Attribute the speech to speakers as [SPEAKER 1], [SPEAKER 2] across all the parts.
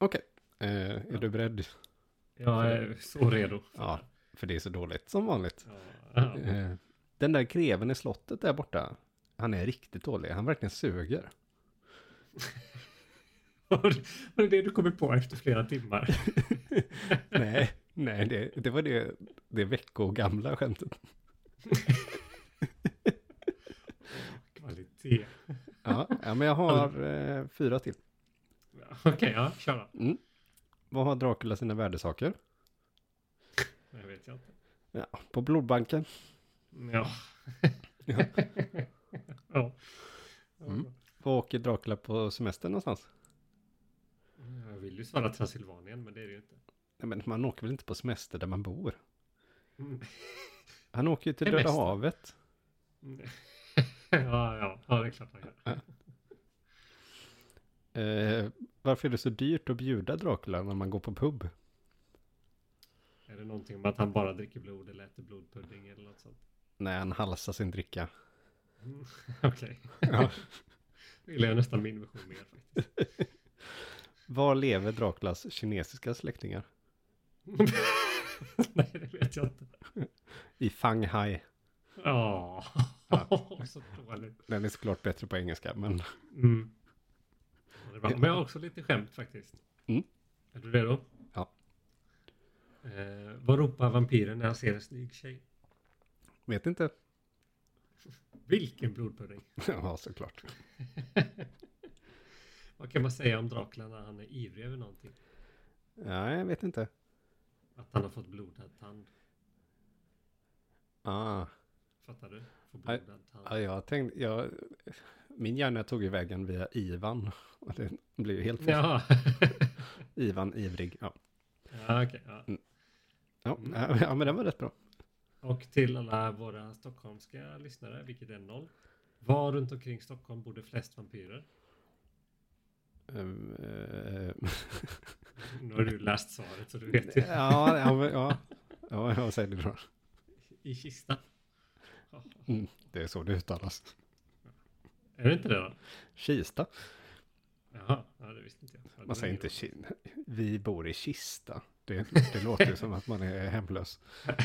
[SPEAKER 1] Okej. Är du beredd?
[SPEAKER 2] Jag är så redo.
[SPEAKER 1] Ja, för det är så dåligt som vanligt.
[SPEAKER 2] Ja.
[SPEAKER 1] Den där greven i slottet där borta, han är riktigt dålig. Han verkligen suger.
[SPEAKER 2] Var det det du kommer på efter flera timmar?
[SPEAKER 1] nej, det var det veckogamla skämtet.
[SPEAKER 2] Kvalitet.
[SPEAKER 1] Ja, men jag har 4 till.
[SPEAKER 2] Okej, ja, kör då.
[SPEAKER 1] Vad har Dracula sina värdesaker?
[SPEAKER 2] Det vet jag inte.
[SPEAKER 1] Ja, på blodbanken.
[SPEAKER 2] Ja.
[SPEAKER 1] Ja.
[SPEAKER 2] Ja.
[SPEAKER 1] Var åker Dracula på semester någonstans?
[SPEAKER 2] Jag vill ju svara Transylvanien, men det är det ju inte.
[SPEAKER 1] Nej, men man åker väl inte på semester där man bor?
[SPEAKER 2] Mm.
[SPEAKER 1] Han åker ju till
[SPEAKER 2] Det
[SPEAKER 1] Döda
[SPEAKER 2] mesta.
[SPEAKER 1] havet.
[SPEAKER 2] Ja, det är klart han gör.
[SPEAKER 1] Varför är det så dyrt att bjuda Dracula när man går på pub?
[SPEAKER 2] Är det någonting om att han bara dricker blod eller äter blodpudding eller något sånt?
[SPEAKER 1] När han halsar sin dricka.
[SPEAKER 2] Okej.
[SPEAKER 1] Ja.
[SPEAKER 2] Det gillar jag nästan min version mer faktiskt.
[SPEAKER 1] Var lever Draculas kinesiska släktingar?
[SPEAKER 2] Nej, det vet jag inte.
[SPEAKER 1] I Shanghai.
[SPEAKER 2] Ja. Så dåligt.
[SPEAKER 1] Den är såklart bättre på engelska, men...
[SPEAKER 2] Mm. Det är bra. Men jag har också lite skämt faktiskt.
[SPEAKER 1] Mm.
[SPEAKER 2] Är du redo?
[SPEAKER 1] Ja.
[SPEAKER 2] Vad ropar vampyren när han ser en snygg tjej?
[SPEAKER 1] Vet inte.
[SPEAKER 2] Vilken blodpudding.
[SPEAKER 1] Ja, såklart.
[SPEAKER 2] Vad kan man säga om Dracula när han är ivrig över någonting?
[SPEAKER 1] Ja, jag vet inte.
[SPEAKER 2] Att han har fått blodad tand. Fattar du? Få blodad tand.
[SPEAKER 1] Ja, jag tänkte... Min hjärna tog i vägen via Ivan. Och det blev ju helt fel.
[SPEAKER 2] Ja.
[SPEAKER 1] Ivan, ivrig. Ja.
[SPEAKER 2] Ja, okej. Ja.
[SPEAKER 1] Ja, men den var rätt bra.
[SPEAKER 2] Och till alla våra stockholmska lyssnare, vilket är 0. Var runt omkring Stockholm bodde flest vampyrer? Nu har du läst svaret så du vet ju.
[SPEAKER 1] Ja, vad säger du då?
[SPEAKER 2] I Kista.
[SPEAKER 1] Det är så det uttalas.
[SPEAKER 2] Är det inte det då?
[SPEAKER 1] Kista.
[SPEAKER 2] Jaha, ja, det visste inte jag.
[SPEAKER 1] Man säger inte vi bor i Kista. Det låter ju som att man är hemlös.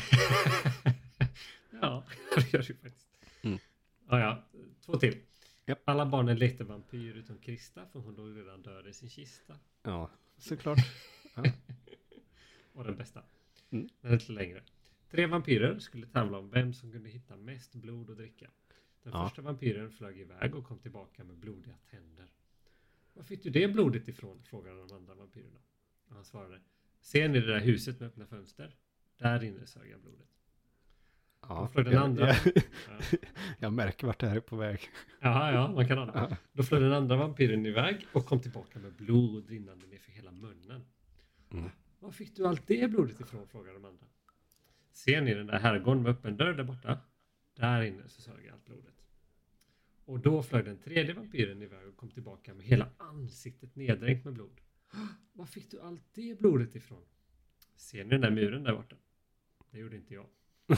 [SPEAKER 2] Ja, det gör det ju faktiskt. Ja, 2 till.
[SPEAKER 1] Japp.
[SPEAKER 2] Alla barnen lekte vampyr utom Krista, för hon låg redan död i sin kista.
[SPEAKER 1] Ja, såklart. Ja.
[SPEAKER 2] Och den bästa.
[SPEAKER 1] Mm.
[SPEAKER 2] Den är lite längre. 3 vampyrer skulle tävla om vem som kunde hitta mest blod att dricka. Den första vampyren flög iväg och kom tillbaka med blodiga tänder. Var fick du det blodet ifrån? Frågade de andra vampyrerna. Och han svarade: ser ni det där huset med öppna fönster? Där inne sög jag blodet.
[SPEAKER 1] Ja,
[SPEAKER 2] flög den andra.
[SPEAKER 1] Jag märker vart det här är på väg.
[SPEAKER 2] Ja, man kan ana. Då flög den andra vampyren iväg och kom tillbaka med blod rinnande ner för hela munnen. Var fick du allt det blodet ifrån? Frågade de andra. Ser ni den där herrgården med öppen dörr där borta? Där inne så sög jag allt blodet. Och då flög den tredje vampyren iväg och kom tillbaka med hela ansiktet neddränkt med blod. Var fick du allt det blodet ifrån? Ser ni den där muren där borta? Det gjorde inte jag.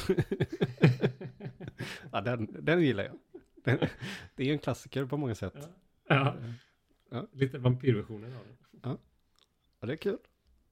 [SPEAKER 1] Ja, den gillar jag. Det är ju en klassiker på många sätt.
[SPEAKER 2] Ja.
[SPEAKER 1] Ja.
[SPEAKER 2] Lite vampyrversionen av den.
[SPEAKER 1] Ja, det är kul.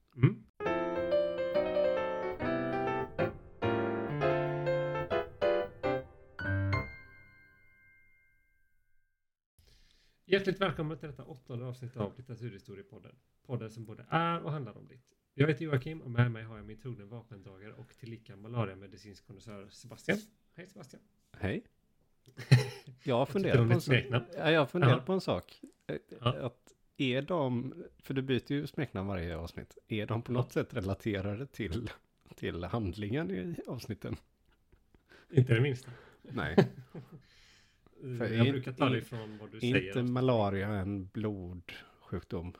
[SPEAKER 2] Hjärtligt välkommen till detta 8:e avsnitt av Litteraturhistoriepodden. Podden som både är och handlar om ditt. Jag heter Joakim och med mig har jag min trogne vapendragare och tillika malaria-medicinsk konnässör Sebastian. Hej Sebastian.
[SPEAKER 1] Hej. Jag funderar på en sak. Att är de, för du byter ju smeknamn varje avsnitt, är de på något sätt relaterade till handlingen i avsnitten?
[SPEAKER 2] Inte det minsta.
[SPEAKER 1] Nej.
[SPEAKER 2] Jag brukar ta det ifrån vad du säger.
[SPEAKER 1] Inte malaria en blodsjukdom.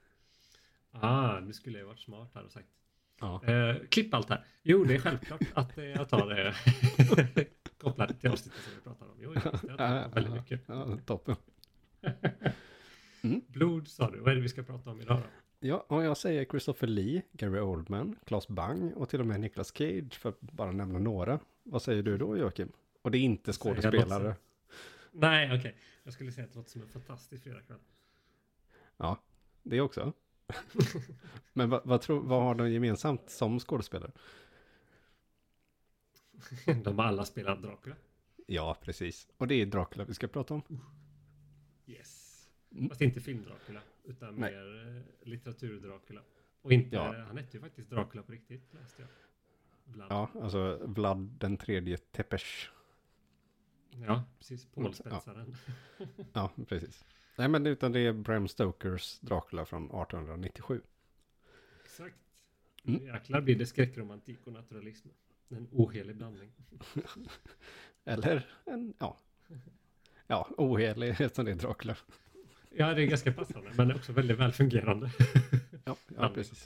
[SPEAKER 2] Nu skulle jag varit smart här och sagt.
[SPEAKER 1] Ja.
[SPEAKER 2] Klipp allt här. Jo, det är självklart att jag tar det kopplat till avsnittet som vi pratar om. Jo, jag tar väldigt mycket.
[SPEAKER 1] Ja, toppen.
[SPEAKER 2] Blod sa du. Vad är det vi ska prata om idag då?
[SPEAKER 1] Ja, och jag säger Christopher Lee, Gary Oldman, Claes Bang och till och med Nicolas Cage för att bara nämna några. Vad säger du då, Joakim? Och det är inte skådespelare.
[SPEAKER 2] Nej, okej. Jag skulle säga att det låter som en fantastisk fredagkväll.
[SPEAKER 1] Ja, det också. Men vad har de gemensamt som skådespelare?
[SPEAKER 2] De har alla spelat Dracula.
[SPEAKER 1] Ja, precis. Och det är Dracula vi ska prata om.
[SPEAKER 2] Yes. Fast inte film-Dracula, utan mer litteratur-Dracula. Och inte, han hette ju faktiskt Dracula på riktigt, läste jag. Vlad.
[SPEAKER 1] Ja, alltså Vlad den tredje Tepes.
[SPEAKER 2] Ja, precis. Pålspetsaren.
[SPEAKER 1] Ja, precis. Nej, men utan det är Bram Stokers Dracula från 1897.
[SPEAKER 2] Exakt. Jäklar blir det skräckromantik och naturalism. En ohelig blandning.
[SPEAKER 1] Eller en, ohelig som det är Dracula.
[SPEAKER 2] Ja, det är ganska passande, men det är också väldigt välfungerande.
[SPEAKER 1] ja, precis.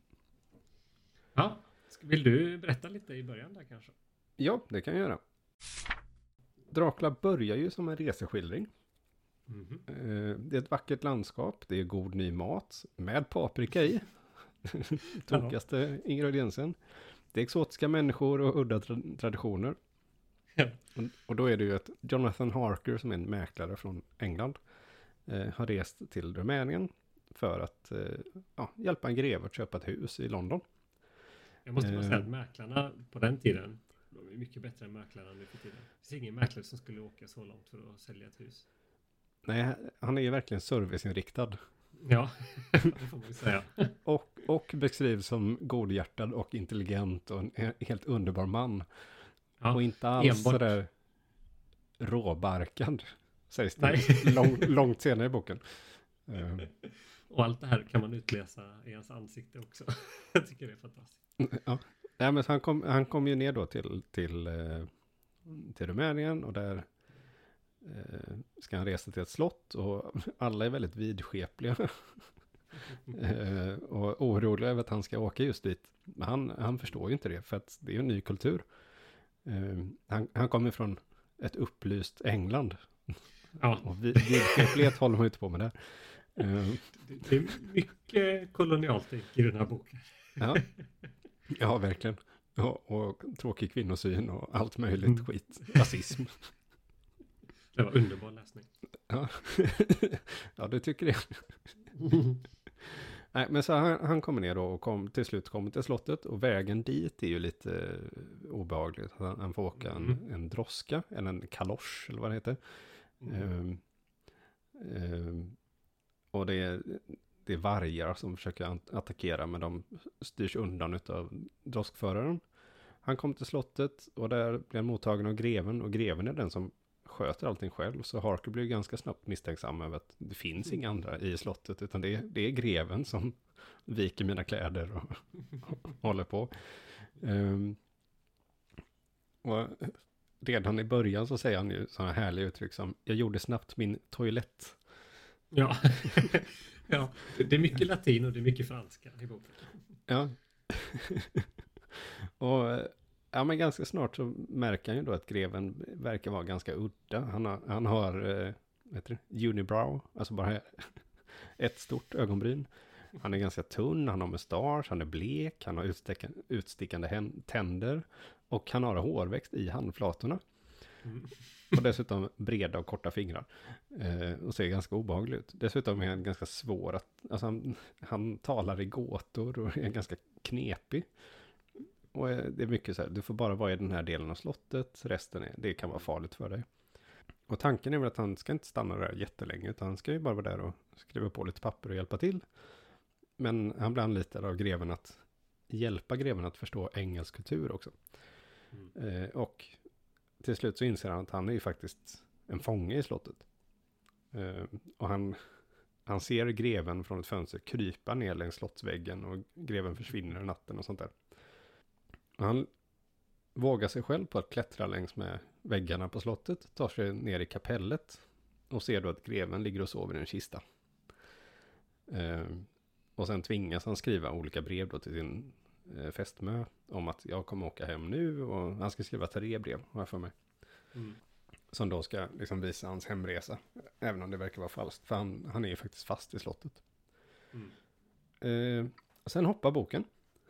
[SPEAKER 2] Ja, vill du berätta lite i början där kanske?
[SPEAKER 1] Ja, det kan jag göra. Dracula börjar ju som en reseskildring. Det är ett vackert landskap, det är god ny mat med paprika i. Tokigaste ingrediensen. Det är exotiska människor och udda traditioner.
[SPEAKER 2] Ja.
[SPEAKER 1] Och då är det ju att Jonathan Harker, som är en mäklare från England, har rest till Rumänien för att hjälpa en greve att köpa ett hus i London.
[SPEAKER 2] Jag måste bara säga att mäklarna på den tiden, de är mycket bättre än mäklarna nu för tiden. Det finns ingen mäklare som skulle åka så långt för att sälja ett hus.
[SPEAKER 1] Nej, han är ju verkligen serviceinriktad.
[SPEAKER 2] Ja, det får man ju säga.
[SPEAKER 1] Och beskrivs som godhjärtad och intelligent och en helt underbar man. Ja, och inte alls sådär råbarkad, sägs det långt senare i boken.
[SPEAKER 2] Och allt det här kan man utläsa i hans ansikte också. Jag tycker det är fantastiskt.
[SPEAKER 1] Ja, men han kom ju ner då till Rumänien, och där ska han resa till ett slott, och alla är väldigt vidskepliga och oroliga över att han ska åka just dit. Men han förstår ju inte det, för att det är en ny kultur. Han kommer från ett upplyst England.
[SPEAKER 2] Ja.
[SPEAKER 1] Och vidskeplighet håller man inte på med där.
[SPEAKER 2] Det är mycket kolonialt i den här boken.
[SPEAKER 1] Ja, verkligen. Och tråkig kvinnosyn och allt möjligt skit. Rasism.
[SPEAKER 2] Det var underbar läsning.
[SPEAKER 1] Ja, du tycker det. Nej, men så han kommer ner då och till slut kommer till slottet, och vägen dit är ju lite obehagligt. Han får åka en droska, eller en kalosch, eller vad det heter. Och det är vargar som försöker attackera, men de styrs undan av droskföraren. Han kommer till slottet, och där blir han mottagen av greven, och greven är den som sköter allting själv. Så Harker blir ganska snabbt misstänksam över att det finns inga andra i slottet, utan det är greven som viker mina kläder och håller på. Och redan i början så säger han ju sådana härliga uttryck som: jag gjorde snabbt min toilett.
[SPEAKER 2] Ja. Ja, det är mycket latin och det är mycket franska i boken.
[SPEAKER 1] Ja. Och men ganska snart så märker han ju då att greven verkar vara ganska udda. Han har unibrow, alltså bara ett stort ögonbryn. Han är ganska tunn, han har mustasch, han är blek, han har utstickande tänder, och han har hårväxt i handflatorna. Och dessutom breda och korta fingrar. Och ser ganska obehaglig ut. Dessutom är han ganska svår att... Alltså han talar i gåtor och är ganska knepig. Och det är mycket så här, du får bara vara i den här delen av slottet. Resten det kan vara farligt för dig. Och tanken är väl att han ska inte stanna där jättelänge, utan han ska ju bara vara där och skriva på lite papper och hjälpa till. Men han blir anlitad av greven att hjälpa greven att förstå engelsk kultur också. Och till slut så inser han att han är ju faktiskt en fånge i slottet. Och han ser greven från ett fönster krypa ner längs slottsväggen, och greven försvinner i natten och sånt där. Och han vågar sig själv på att klättra längs med väggarna på slottet, tar sig ner i kapellet och ser då att greven ligger och sover i en kista. Och sen tvingas han skriva olika brev då till sin fästmö om att jag kommer åka hem nu, och han ska skriva 3 brev, har jag för mig. Som då ska liksom visa hans hemresa, även om det verkar vara falskt, för han är ju faktiskt fast i slottet. Sen hoppar boken.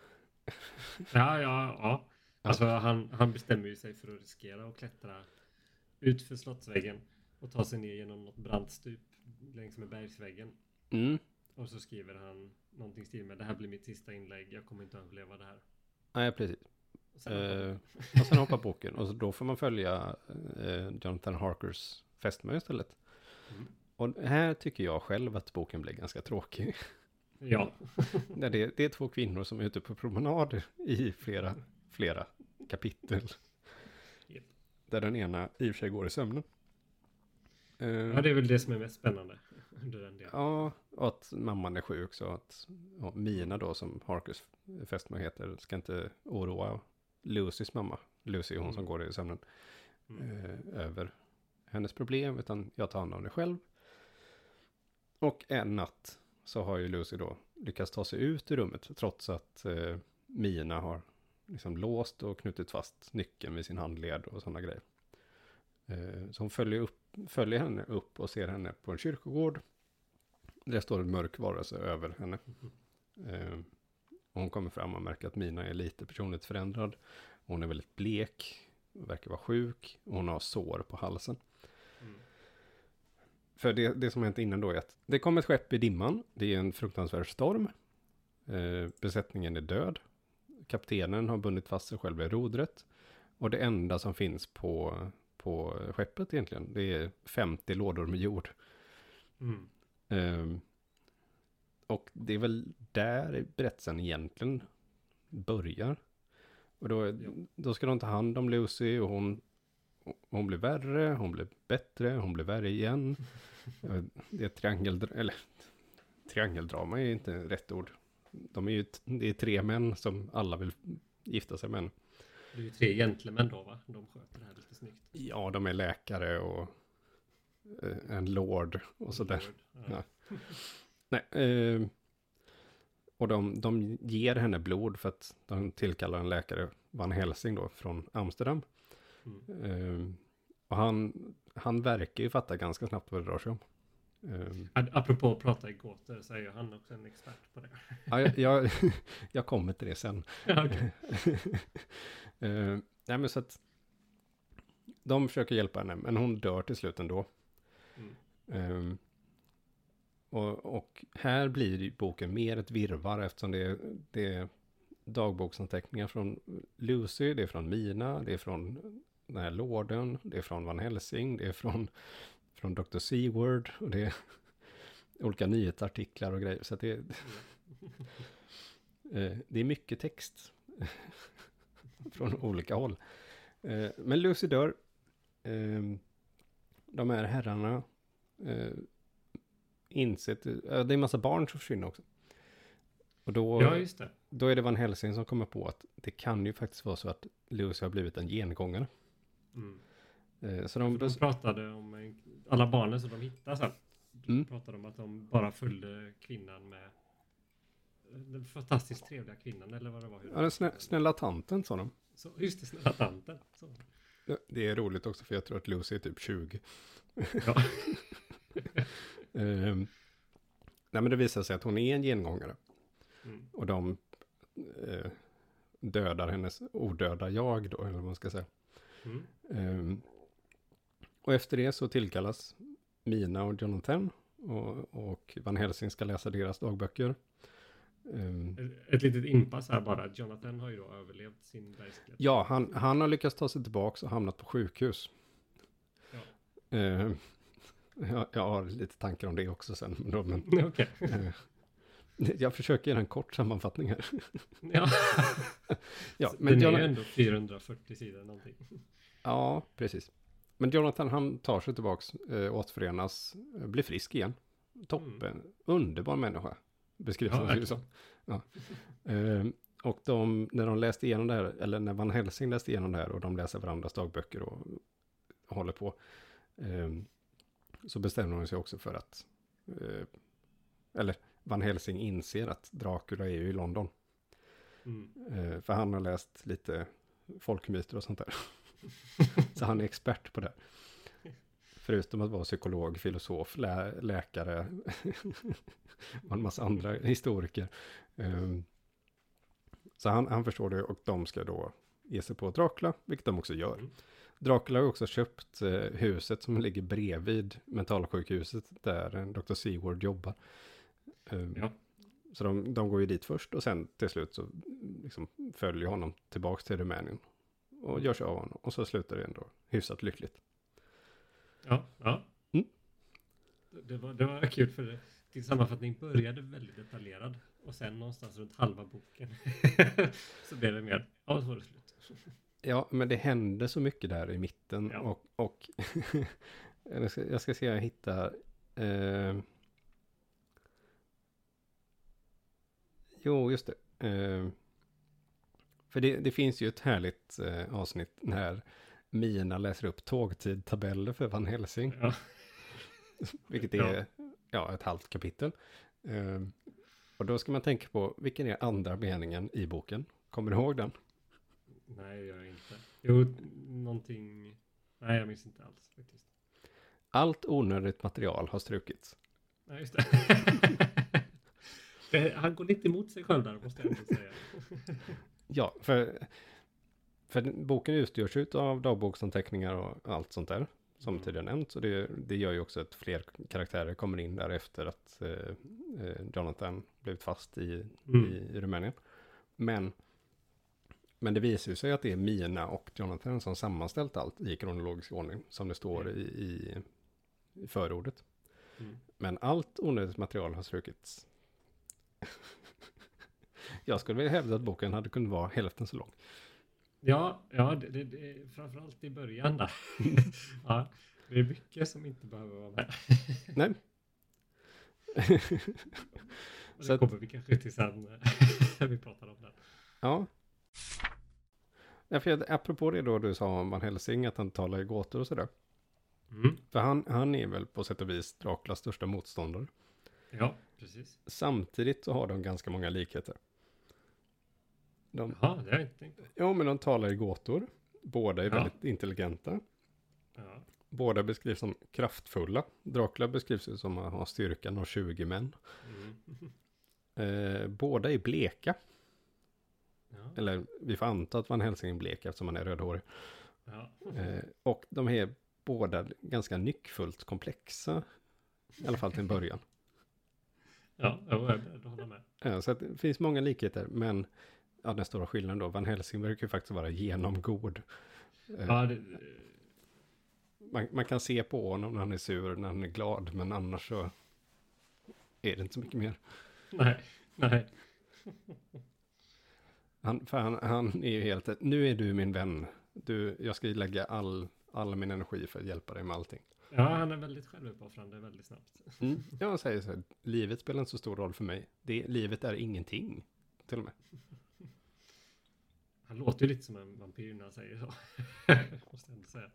[SPEAKER 2] Ja. Alltså han bestämmer ju sig för att riskera och klättra ut för slottsväggen och ta sig ner genom något brant stup längs med bergsväggen. Och så skriver han någonting stil med: det här blir mitt sista inlägg, jag kommer inte överleva det här.
[SPEAKER 1] Nej, precis. Och sen hoppar boken. Och så då får man följa Jonathan Harkers fästmö istället. Och här tycker jag själv att boken blir ganska tråkig.
[SPEAKER 2] Ja.
[SPEAKER 1] Det är 2 kvinnor som är ute på promenad i flera kapitel.
[SPEAKER 2] Yep.
[SPEAKER 1] Där den ena i och för sig går i sömnen.
[SPEAKER 2] Ja, det är väl det som är mest spännande under den delen.
[SPEAKER 1] Ja, och att mamman är sjuk, så att Mina då, som Harkers fästmö heter, ska inte oroa Lucys mamma. Lucy är hon som går i sömnen. Över hennes problem, utan jag tar hand om det själv. Och en natt så har ju Lucy då lyckats ta sig ut ur rummet, trots att Mina har liksom låst och knutit fast nyckeln med sin handled och sådana grejer. Så hon följer henne upp och ser henne på en kyrkogård. Där står en mörk varelse över henne. Och hon kommer fram och märker att Mina är lite personligt förändrad. Hon är väldigt blek, verkar vara sjuk, och hon har sår på halsen. För det som hänt innan då är att det kommer ett skepp i dimman. Det är en fruktansvärd storm. Besättningen är död. Kaptenen har bundit fast sig själv i rodret. Och det enda som finns på skeppet egentligen, det är 50 lådor med jord. Och det är väl där berättelsen egentligen börjar. Och då ska de ta hand om Lucy, och hon blir värre, hon blir bättre, hon blir värre igen. Det är triangeldrama är inte rätt ord. Det är 3 män som alla vill gifta sig med.
[SPEAKER 2] Det är ju 3 gentlemän då, va? De sköter det här lite snyggt.
[SPEAKER 1] Ja, de är läkare och en lord och sådär. Ja. Nej, och de ger henne blod för att de tillkallar en läkare, Van Helsing då, från Amsterdam. Och han verkar ju fatta ganska snabbt vad det rör sig om.
[SPEAKER 2] Apropå att prata i gåtor, så är ju han också en expert på det.
[SPEAKER 1] Ja, jag kommer till det sen.
[SPEAKER 2] Okay.
[SPEAKER 1] Nej, men så att de försöker hjälpa henne, men hon dör till slut ändå. Och här blir boken mer ett virrvarr, eftersom det är dagboksanteckningar från Lucy, det är från Mina, det är från den här lorden, det är från Van Helsing, det är från Dr. Seward, och det är olika nyhetsartiklar och grejer. Så att det är mycket text från olika håll. Men Lucy dör. De här herrarna insett, det är en massa barn som försvinner också. Och
[SPEAKER 2] ja, just det.
[SPEAKER 1] Då är det Van Helsing som kommer på att det kan ju faktiskt vara så att Lucy har blivit en gengångare. Så de
[SPEAKER 2] pratade om alla barnen som de hittade så här. De pratade om att de bara följde kvinnan med den fantastiskt trevliga kvinnan, eller vad det var.
[SPEAKER 1] Ja, den snälla tanten, sa de.
[SPEAKER 2] Så, just det, snälla tanten. Så.
[SPEAKER 1] Det är roligt också, för jag tror att Lucy är typ 20.
[SPEAKER 2] Ja.
[SPEAKER 1] Nej, men det visar sig att hon är en gengångare. Och de dödar hennes odöda jag då, eller vad man ska säga. Och efter det så tillkallas Mina och Jonathan, och Van Helsing ska läsa deras dagböcker.
[SPEAKER 2] Ett litet inpass här bara. Jonathan har ju då överlevt sin bergsklätt.
[SPEAKER 1] Ja, han har lyckats ta sig tillbaka och hamnat på sjukhus.
[SPEAKER 2] Ja.
[SPEAKER 1] Jag har lite tankar om det också sen. Men,
[SPEAKER 2] okay.
[SPEAKER 1] Jag försöker göra en kort sammanfattning här.
[SPEAKER 2] Ja, ja, men den är ju ändå 440 sidor någonting.
[SPEAKER 1] Ja, precis. Men Jonathan, han tar sig tillbaks, återförenas, blir frisk igen. Toppen, underbar människa. Beskrivs han som. Ja. Och när de läste igenom det här, eller när Van Helsing läste igenom det här, och de läser varandras dagböcker och håller på, så bestämmer de sig också för att, eller Van Helsing inser att Dracula är ju i London. För han har läst lite folkmyter och sånt där. Så han är expert på det. Förutom att vara psykolog, filosof, läkare och en massa andra historiker. Så han förstår det, och de ska då ge sig på Dracula, vilket de också gör. Dracula har också köpt huset som ligger bredvid mentalsjukhuset där Dr. Seward jobbar.
[SPEAKER 2] Ja.
[SPEAKER 1] Så de går ju dit först och sen till slut så liksom följer honom tillbaka till Rumänien och gör sig av honom. Och så slutar det ändå hyfsat lyckligt.
[SPEAKER 2] Ja.
[SPEAKER 1] Mm.
[SPEAKER 2] Det var kul för det. Din sammanfattning började väldigt detaljerad och sen någonstans runt halva boken så blev det mer, ja, så var det slut.
[SPEAKER 1] Ja, men det hände så mycket där i mitten och jag ska se om jag hittar jo, just det. För det finns ju ett härligt avsnitt när Mina läser upp tågtidtabeller för Van Helsing.
[SPEAKER 2] Ja.
[SPEAKER 1] Vilket är ett halvt kapitel. Och då ska man tänka på vilken är andra meningen i boken. Kommer du ihåg den?
[SPEAKER 2] Nej, jag gör inte. Jo, någonting. Nej, jag minns inte alls faktiskt.
[SPEAKER 1] Allt onödigt material har strukits.
[SPEAKER 2] Nej, just det. Han går lite emot sig själv där, måste jag ändå säga.
[SPEAKER 1] Ja, för boken utgörs ut av dagboksanteckningar och allt sånt där. Som tidigare nämnt. Så det gör ju också att fler karaktärer kommer in där efter att Jonathan blivit fast i Rumänien. Men det visar ju sig att det är Mina och Jonathan som sammanställt allt i kronologisk ordning. Som det står i förordet. Men allt onödigt material har strukits. Jag skulle vilja hävda att boken hade kunnat vara hälften så lång.
[SPEAKER 2] Ja, det framförallt i början där. Ja, det är mycket som inte behöver vara med.
[SPEAKER 1] Nej.
[SPEAKER 2] Så kommer vi kanske till sen när vi pratar om det.
[SPEAKER 1] Ja. Ja, för apropå det då du sa om Van Helsing, att han talar i gåtor och sådär. För han är väl på sätt och vis Draculas största motståndare.
[SPEAKER 2] Ja, precis.
[SPEAKER 1] Samtidigt så har de ganska många likheter.
[SPEAKER 2] Jaha, det har jag inte tänkt på.
[SPEAKER 1] Ja, men de talar i gåtor. Båda är väldigt intelligenta.
[SPEAKER 2] Ja.
[SPEAKER 1] Båda beskrivs som kraftfulla. Dracula beskrivs ju som att ha styrkan av 20 män. Båda är bleka.
[SPEAKER 2] Ja.
[SPEAKER 1] Eller vi får anta att Van Helsing är blek eftersom han är rödhårig.
[SPEAKER 2] Ja.
[SPEAKER 1] Och de är båda ganska nyckfullt komplexa. I alla fall till en början.
[SPEAKER 2] Ja, jag är beredd att hålla med.
[SPEAKER 1] Så att det finns många likheter. Men den stora skillnaden då. Van Helsing verkar ju faktiskt vara genomgod.
[SPEAKER 2] Ja,
[SPEAKER 1] Man kan se på honom när han är sur, när han är glad. Men annars så är det inte så mycket mer.
[SPEAKER 2] Nej.
[SPEAKER 1] Han är ju helt, nu är du min vän. Jag ska lägga all min energi för att hjälpa dig med allting.
[SPEAKER 2] Ja, han är väldigt självuppoffrande väldigt snabbt.
[SPEAKER 1] Jag säger så här, livet spelar inte så stor roll för mig. Livet är ingenting, till och med.
[SPEAKER 2] Han låter ju lite som en vampyr när han säger så. Måste jag ändå säga.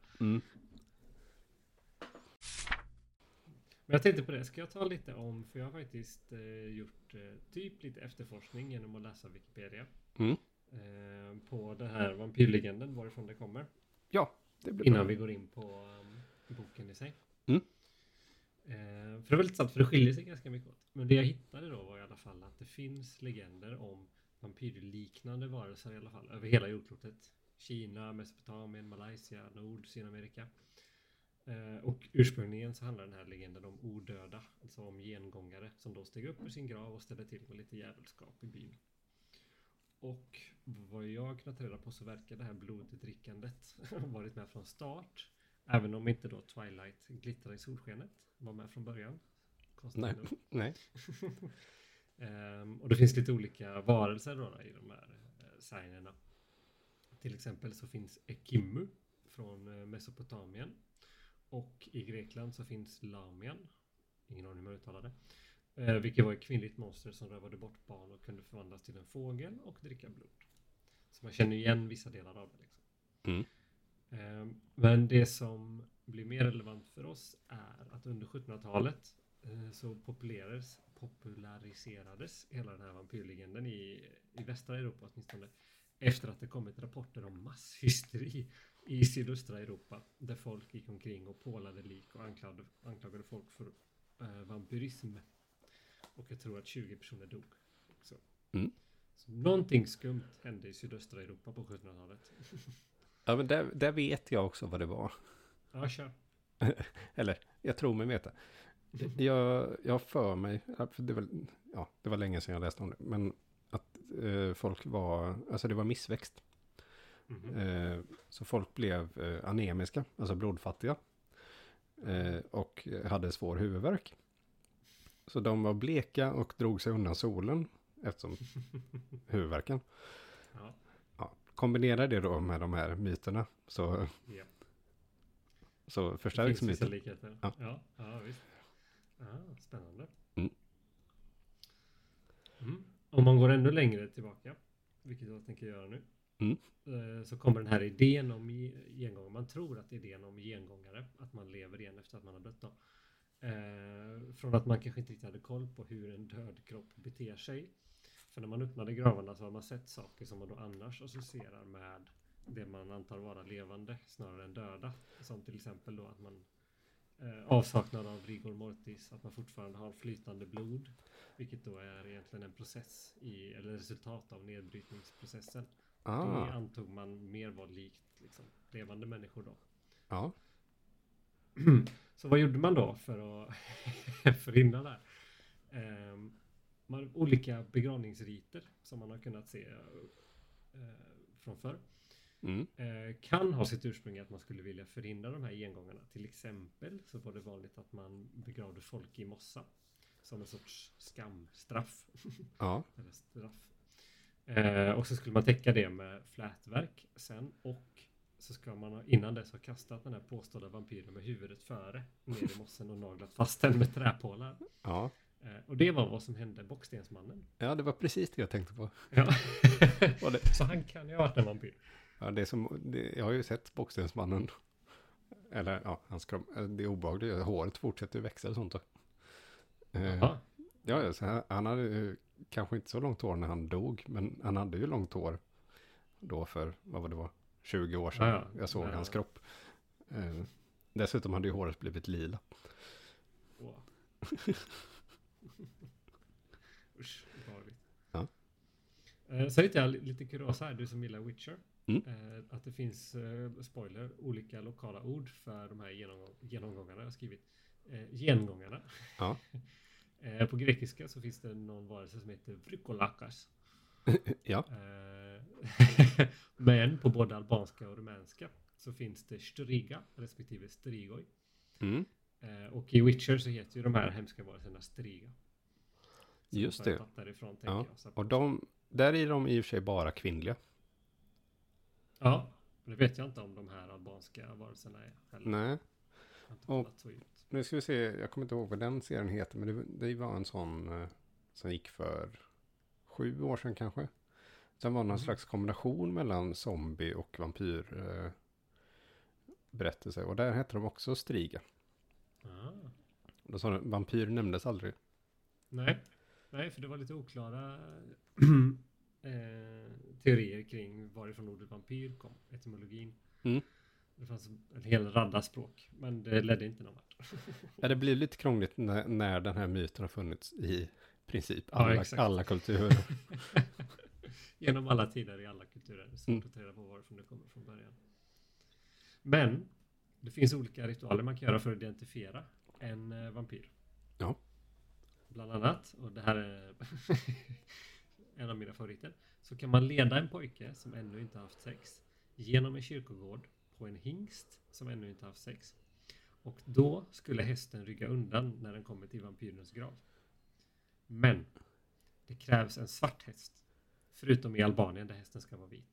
[SPEAKER 2] Men jag tänkte på det, ska jag ta lite om, för jag har faktiskt gjort typ lite efterforskning genom att läsa Wikipedia. På den här vampyrlegenden, varifrån det kommer.
[SPEAKER 1] Ja, det blir
[SPEAKER 2] innan
[SPEAKER 1] bra.
[SPEAKER 2] Vi går in på boken i sig. För det var lite sant, för det skiljer sig ganska mycket åt. Men det jag hittade då var i alla fall att det finns legender om vampyrliknande varelser i alla fall, över hela jordklotet. Kina, Mesopotamien, Malaysia, Sydamerika. Och ursprungligen så handlar den här legenden om odöda, alltså om gengångare som då steg upp ur sin grav och ställde till med lite jävelskap i byn. Och vad jag kunnat reda på så verkar det här bloddrickandet varit med från start. Även om inte då Twilight glittrar i solskenet var med från början.
[SPEAKER 1] Nej.
[SPEAKER 2] Och det finns lite olika varelser då i de här signerna. Till exempel så finns Ekimu från Mesopotamien. Och i Grekland så finns Lamian. Ingen aning hur man uttalar det. Vilket var ett kvinnligt monster som rövade bort barn och kunde förvandlas till en fågel och dricka blod. Så man känner igen vissa delar av det. Liksom. Men det som blir mer relevant för oss är att under 1700-talet så populariserades hela den här vampyrlegenden i västra Europa åtminstone. Efter att det kommit rapporter om masshysteri i sydöstra Europa. Där folk gick omkring och pålade lik och anklagade folk för vampyrism. Och jag tror att 20 personer dog också. Så någonting skumt hände i sydöstra Europa på 1700-talet.
[SPEAKER 1] Ja, men där vet jag också vad det var.
[SPEAKER 2] Ja, kör.
[SPEAKER 1] Eller, jag tror mig veta. Jag för mig, för det var länge sedan jag läste om det, men att folk var, alltså det var missväxt. Så folk blev anemiska, alltså blodfattiga. Och hade svår huvudvärk. Så de var bleka och drog sig undan solen eftersom huvudvärken. Ja, kombinera det då med de här myterna så, så förstärks myten.
[SPEAKER 2] Ja, visst. Spännande. Om man går ännu längre tillbaka, vilket jag tänker göra nu, så kommer den här idén om gengångare. Man tror att idén om gengångare, att man lever igen efter att man har dött då, från att man kanske inte riktigt hade koll på hur en död kropp beter sig. För när man öppnade gravarna så har man sett saker som man då annars associerar med det man antar vara levande snarare än döda. Som till exempel då att man avsaknad av rigor mortis, att man fortfarande har flytande blod, vilket då är egentligen en process eller resultat av nedbrytningsprocessen. Det antog man mer var likt liksom, levande människor då.
[SPEAKER 1] Ja.
[SPEAKER 2] Så vad gjorde man då för att förhindra det? Olika begravningsriter som man har kunnat se från förr. Kan ha sitt ursprung i att man skulle vilja förhindra de här gengångarna. Till exempel så var det vanligt att man begravde folk i mossa som en sorts skamstraff.
[SPEAKER 1] Ja.
[SPEAKER 2] Eller straff. Och så skulle man täcka det med flätverk sen, och så ska man innan dess ha kastat den här påstådda vampyren med huvudet före ner i mossen och naglat fast den med träpålar.
[SPEAKER 1] Ja.
[SPEAKER 2] Och det var vad som hände Bockstensmannen.
[SPEAKER 1] Ja, det var precis det jag tänkte på.
[SPEAKER 2] Ja. Så han kan ju ha varit en vampyr.
[SPEAKER 1] Ja, jag har ju sett Bockstensmannen. Eller ja, det är obehagligt. Håret fortsätter ju växa och sånt. Ja, så han hade ju kanske inte så långt hår när han dog, men han hade ju långt hår då för, vad det var, 20 år sedan. Jag såg hans kropp. Dessutom hade ju håret blivit lila.
[SPEAKER 2] Wow. Usch, farligt.
[SPEAKER 1] Ja.
[SPEAKER 2] Så är jag lite kuriosa här, du som gillar Witcher. Att det finns, spoiler, olika lokala ord för de här genomgångarna. Jag har skrivit gengångarna.
[SPEAKER 1] Ja.
[SPEAKER 2] På grekiska så finns det någon varelse som heter vrykolakas.
[SPEAKER 1] Ja.
[SPEAKER 2] Men på både albanska och rumänska så finns det striga respektive strigoi. Och i Witcher så heter ju de här hemska varelserna striga.
[SPEAKER 1] Just det.
[SPEAKER 2] Därifrån,
[SPEAKER 1] ja. Och där är de i och för sig bara kvinnliga.
[SPEAKER 2] Ja, det vet jag inte om de här albanska varelserna är heller.
[SPEAKER 1] Nej. Och nu ska vi se, jag kommer inte ihåg vad den serien heter, men det var en sån som gick för 7 år sedan kanske. Sen var det någon slags kombination mellan zombie och vampyr berättelse. Och där hette de också striga. Då sa de, vampyr nämndes aldrig.
[SPEAKER 2] Nej, för det var lite oklara teorier kring varifrån ordet vampyr kom, etymologin. Det fanns en hel radda språk, men det ledde inte någon vart.
[SPEAKER 1] Ja, det blir lite krångligt när den här myten har funnits i princip alla kulturer.
[SPEAKER 2] Genom alla tider i alla kulturer. Det är svårt att ta reda på varifrån det kommer från början. Men det finns olika ritualer man kan göra för att identifiera en vampyr.
[SPEAKER 1] Ja.
[SPEAKER 2] Bland annat, och det här är en av mina favoriter, så kan man leda en pojke som ännu inte haft sex genom en kyrkogård på en hingst som ännu inte haft sex. Och då skulle hästen rygga undan när den kommer till vampyrens grav. Men det krävs en svart häst. Förutom i Albanien där hästen ska vara vit.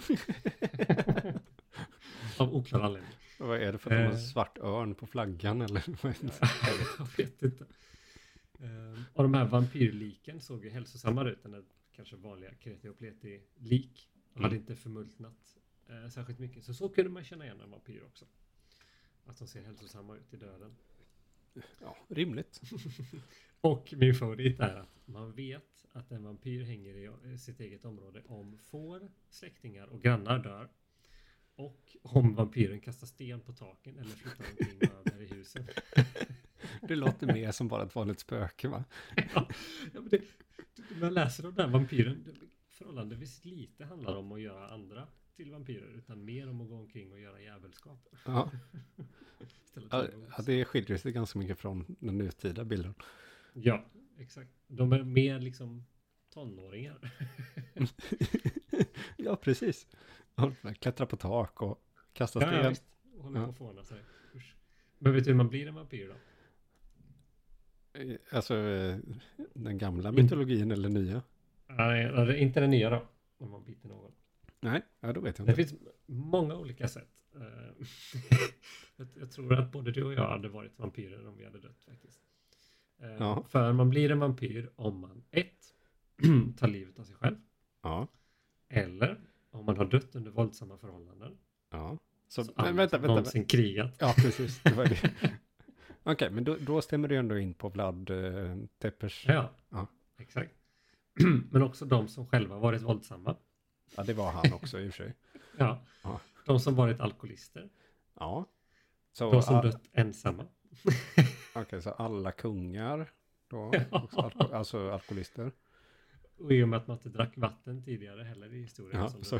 [SPEAKER 2] Av oklar anledning.
[SPEAKER 1] Vad är det för att de har svart örn på flaggan eller?
[SPEAKER 2] Jag vet inte. Och de här vampyrliken såg ju hälsosammare ut än kanske vanliga kreti och pleti-lik. De hade inte förmultnat särskilt mycket. Så kunde man känna igen en vampyr också. Att de ser hälsosamma ut i döden.
[SPEAKER 1] Ja, rimligt.
[SPEAKER 2] Och min favorit är att man vet att en vampyr hänger i sitt eget område om får, släktingar och grannar dör. Och om vampyren kastar sten på taken eller flyttar omkring över i husen.
[SPEAKER 1] Det låter mer som bara ett vanligt spöke, va?
[SPEAKER 2] Ja, men man läser om den här vampyren. Förhållandevis lite handlar om att göra andra till vampyrer utan mer om att gå omkring och göra jävelskap.
[SPEAKER 1] Ja. Det skiljer sig ganska mycket från den nutida bilden.
[SPEAKER 2] Ja, exakt. De är mer liksom tonåringar.
[SPEAKER 1] Ja, precis. Klättra på tak och kasta sten.
[SPEAKER 2] Ja, visst. Och håller på att fåna sig. Usch. Men vet du hur man blir en vampyr då?
[SPEAKER 1] Alltså den gamla mytologin eller nya?
[SPEAKER 2] Nej, inte den nya då. Om man biter någon.
[SPEAKER 1] Nej, ja, då vet jag
[SPEAKER 2] Det
[SPEAKER 1] inte.
[SPEAKER 2] finns många olika sätt. Jag tror att både du och jag hade varit vampyrer om vi hade dött faktiskt.
[SPEAKER 1] Ja.
[SPEAKER 2] För man blir en vampyr om man tar livet av sig själv.
[SPEAKER 1] Ja.
[SPEAKER 2] Eller om man har dött under våldsamma förhållanden.
[SPEAKER 1] Ja. Så
[SPEAKER 2] vänta. Någonsin krigat.
[SPEAKER 1] Ja, precis. Det var det. Okej, men då stämmer det ändå in på Vlad Tepes.
[SPEAKER 2] Ja, exakt. Men också de som själva varit våldsamma.
[SPEAKER 1] Ja, det var han också i och för sig.
[SPEAKER 2] Ja. De som varit alkoholister.
[SPEAKER 1] Ja. Så
[SPEAKER 2] de som dött ensamma.
[SPEAKER 1] Okej, så alla kungar då, alltså alkoholister.
[SPEAKER 2] Och i och med att man inte drack vatten tidigare heller i historien.
[SPEAKER 1] Ja,
[SPEAKER 2] så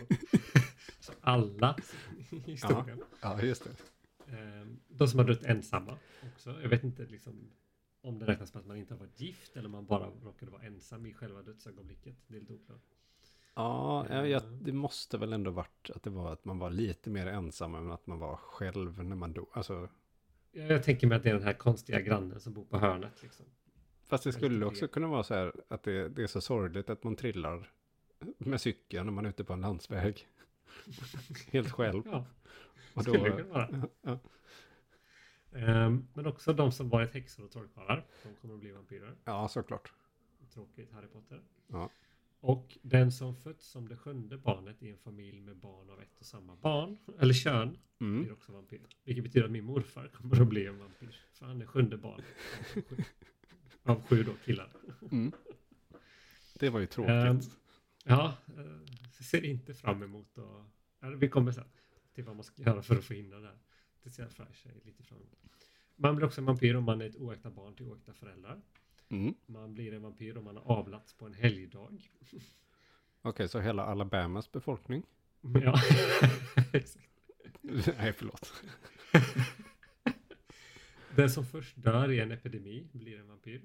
[SPEAKER 2] alla i historien.
[SPEAKER 1] Ja, just det.
[SPEAKER 2] De som har dött ensamma också. Jag vet inte liksom om det räknas på att man inte har varit gift eller man bara råkade vara ensam i själva dödsögonblicket. Det är lite oklart.
[SPEAKER 1] Ja, det måste väl ändå varit att det var att man var lite mer ensam än att man var själv när man dog. Alltså...
[SPEAKER 2] Jag tänker mig att det är den här konstiga grannen som bor på hörnet. Liksom.
[SPEAKER 1] Fast det skulle också kunna vara så här att det är så sorgligt att man trillar med cykeln när man är ute på en landsväg. Helt själv.
[SPEAKER 2] Ja,
[SPEAKER 1] och
[SPEAKER 2] skulle det kunna vara.
[SPEAKER 1] Ja.
[SPEAKER 2] Men också de som varit häxor och trollkarlar. De kommer att bli vampyrer.
[SPEAKER 1] Ja, såklart.
[SPEAKER 2] Tråkigt, Harry Potter.
[SPEAKER 1] Ja.
[SPEAKER 2] Och den som fötts som det 7:e barnet i en familj med barn av ett och samma barn, eller kön, blir också vampyr. Vilket betyder att min morfar kommer att bli en vampyr. För han är 7:e barnet av 7 då killar.
[SPEAKER 1] Mm. Det var ju tråkigt.
[SPEAKER 2] Ser inte fram emot och vi kommer sen till vad man ska göra för att förhindra det här. Det ser jag lite fram emot. Man blir också en vampyr om man är ett oäkta barn till oäkta föräldrar.
[SPEAKER 1] Mm.
[SPEAKER 2] Man blir en vampyr om man har avlats på en helgdag.
[SPEAKER 1] Okej, så hela Alabamas befolkning?
[SPEAKER 2] Ja, exakt.
[SPEAKER 1] Nej, förlåt.
[SPEAKER 2] Den som först dör i en epidemi blir en vampyr.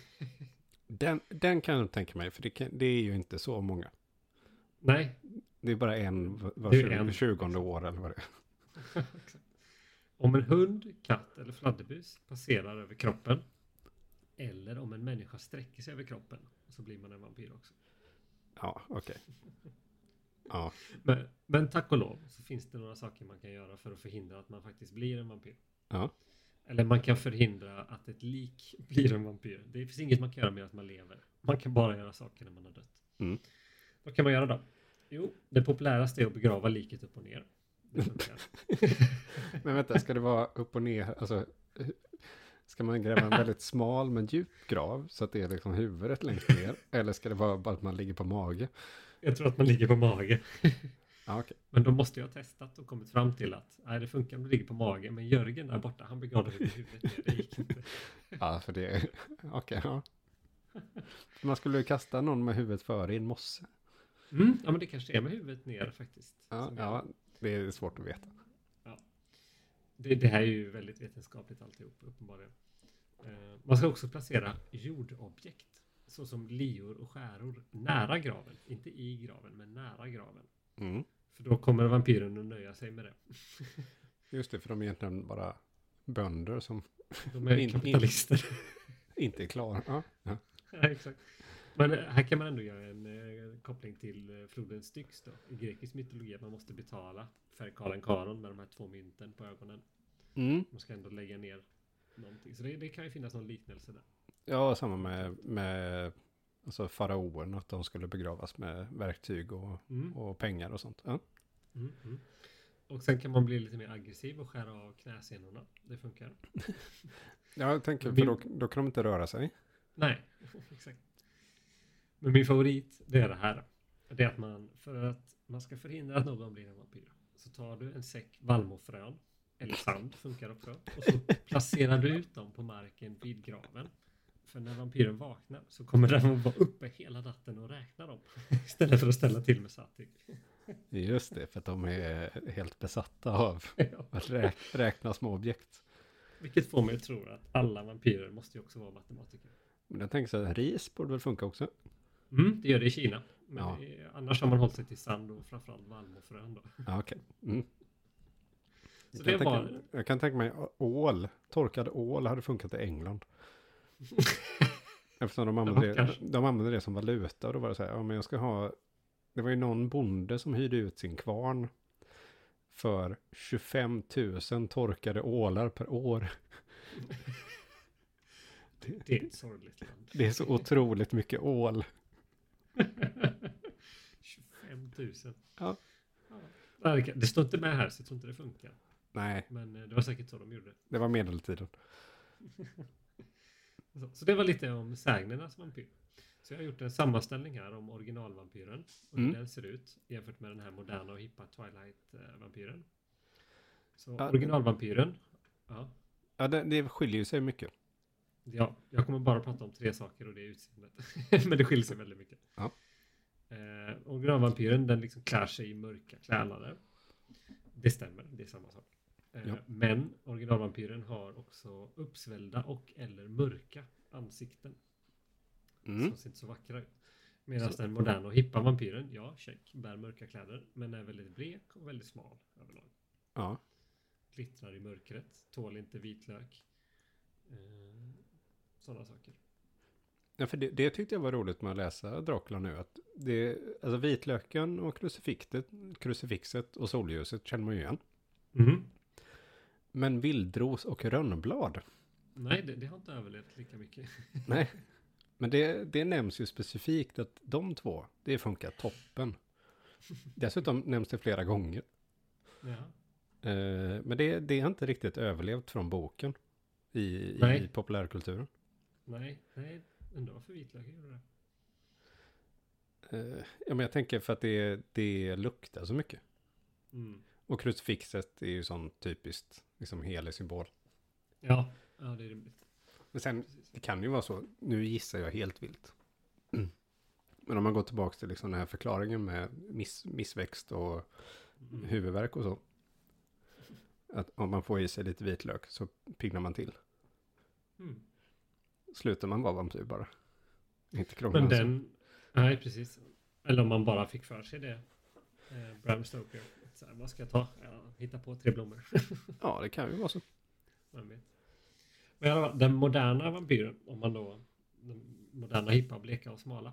[SPEAKER 1] Den kan jag tänka mig, för det är ju inte så många.
[SPEAKER 2] Nej.
[SPEAKER 1] Det är bara en var 20 år eller vad det är.
[SPEAKER 2] Exakt. Om en hund, katt eller fladderbus passerar över kroppen eller om en människa sträcker sig över kroppen så blir man en vampyr också.
[SPEAKER 1] Ja, okej. Ja.
[SPEAKER 2] Men tack och lov så finns det några saker man kan göra för att förhindra att man faktiskt blir en vampyr.
[SPEAKER 1] Ja.
[SPEAKER 2] Eller man kan förhindra att ett lik blir en vampyr. Det finns inget man kan göra med att man lever. Man kan bara göra saker när man har dött.
[SPEAKER 1] Mm.
[SPEAKER 2] Vad kan man göra då? Jo, det populäraste är att begrava liket upp och ner. Det funkar.
[SPEAKER 1] Men vänta, ska det vara upp och ner? Alltså, ska man gräva en väldigt smal men djup grav så att det är liksom huvudet längst ner? Eller ska det vara bara att man ligger på mage?
[SPEAKER 2] Jag tror att man ligger på mage.
[SPEAKER 1] Ja, okay.
[SPEAKER 2] Men då måste jag ha testat och kommit fram till att nej, det funkar om du ligger på mage. Men Jörgen där borta, han begravde huvudet ner. Det gick inte.
[SPEAKER 1] Ja, för det är... Okej, ja. Man skulle kasta någon med huvudet före i en mosse.
[SPEAKER 2] Ja, men det kanske är med huvudet ner faktiskt.
[SPEAKER 1] Ja, det är svårt att veta.
[SPEAKER 2] Ja. Det här är ju väldigt vetenskapligt alltihop, uppenbarligen. Man ska också placera jordobjekt, såsom lior och skäror, nära graven. Inte i graven, men nära graven.
[SPEAKER 1] Mm.
[SPEAKER 2] För då kommer vampyren att nöja sig med det.
[SPEAKER 1] Just det, för de är egentligen bara bönder som...
[SPEAKER 2] De är kapitalister.
[SPEAKER 1] Inte är klara. Ja.
[SPEAKER 2] Ja, exakt. Men här kan man ändå göra en koppling till floden Styx då. I grekisk mytologi att man måste betala för Karlen Karon med de här 2 mynten på ögonen.
[SPEAKER 1] Mm.
[SPEAKER 2] Man ska ändå lägga ner någonting. Så det kan ju finnas någon liknelse där.
[SPEAKER 1] Ja, samma med alltså faraoen, att de skulle begravas med verktyg och pengar och sånt. Ja.
[SPEAKER 2] Och sen kan man bli lite mer aggressiv och skära av knäsenorna. Det funkar.
[SPEAKER 1] Ja, jag tänker, för då kan de inte röra sig.
[SPEAKER 2] Nej, exakt. Men min favorit, det är det här. Det är att för att man ska förhindra att någon blir en vampyr, så tar du en säck vallmofrön, eller sand funkar också, och så placerar du ut dem på marken vid graven. För när vampyren vaknar så kommer den att vara uppe hela natten och räkna dem. Istället för att ställa till med satir.
[SPEAKER 1] Just det, för att de är helt besatta av att räkna små objekt.
[SPEAKER 2] Vilket får mig att tro att alla vampyrer måste ju också vara matematiker.
[SPEAKER 1] Men jag tänker så här, ris borde väl funka också?
[SPEAKER 2] Det gör det i Kina. Men annars har man hållit sig till sand och framförallt vallmofrön då.
[SPEAKER 1] Ja, okej.
[SPEAKER 2] Så
[SPEAKER 1] jag kan tänka mig torkad ål hade funkat i England. Eftersom de använder det som valuta och då var det så här, men jag ska ha, det var ju någon bonde som hyrde ut sin kvarn för 25 000 torkade ålar per år.
[SPEAKER 2] Det är ett sorgligt land.
[SPEAKER 1] Det är så otroligt mycket ål.
[SPEAKER 2] 25 000.
[SPEAKER 1] Ja.
[SPEAKER 2] Det står inte med här så jag tror inte det funkar.
[SPEAKER 1] Nej.
[SPEAKER 2] Men det var säkert så de gjorde.
[SPEAKER 1] Det var medeltiden.
[SPEAKER 2] Så det var lite om sägnernas vampyr. Så jag har gjort en sammanställning här om originalvampyren. Och hur den ser ut jämfört med den här moderna och hippa Twilight-vampyren. Så originalvampyren.
[SPEAKER 1] Ja, det skiljer ju sig mycket.
[SPEAKER 2] Ja, jag kommer bara prata om 3 saker och det är utseendet. Men det skiljer sig väldigt mycket.
[SPEAKER 1] Ja.
[SPEAKER 2] Originalvampyren, den liksom klär sig i mörka kläder. Det stämmer, det är samma sak. Men originalvampyren har också uppsvällda och eller mörka ansikten. Som ser inte så vackra ut. Medan den moderna och hippa vampyren, check, bär mörka kläder. Men är väldigt blek och väldigt smal överlag.
[SPEAKER 1] Ja.
[SPEAKER 2] Glittrar i mörkret, tål inte vitlök. Sådana saker.
[SPEAKER 1] Ja, för det tyckte jag var roligt med att läsa Dracula nu. Att alltså vitlöken och krucifixet och solljuset känner man ju igen. Men vildros och rönnblad.
[SPEAKER 2] Nej, det har inte överlevt lika mycket.
[SPEAKER 1] Nej, men det nämns ju specifikt att de två, det funkar toppen. Dessutom nämns det flera gånger.
[SPEAKER 2] Ja.
[SPEAKER 1] Men det har inte riktigt överlevt från boken i populärkulturen.
[SPEAKER 2] Nej, undrar varför vitlök gjorde
[SPEAKER 1] det. Men jag tänker för att det luktar så mycket. Och krucifixet är ju sån typiskt liksom helig symbol.
[SPEAKER 2] Ja, det är rimligt.
[SPEAKER 1] Men sen, det kan ju vara så, nu gissar jag helt vilt. Men om man går tillbaka till liksom den här förklaringen med missväxt och huvudvärk och så. Att om man får i sig lite vitlök så pignar man till. Slutar man vara vampyr bara. Inte krångla.
[SPEAKER 2] Men nej precis. Eller om man bara fick för sig det. Bram Stoker. Så här, vad ska jag ta? Hitta på 3 blommor.
[SPEAKER 1] Ja, det kan ju vara så.
[SPEAKER 2] Man vet. Men den moderna vampyren, om man då den moderna hippa, bleka och smala.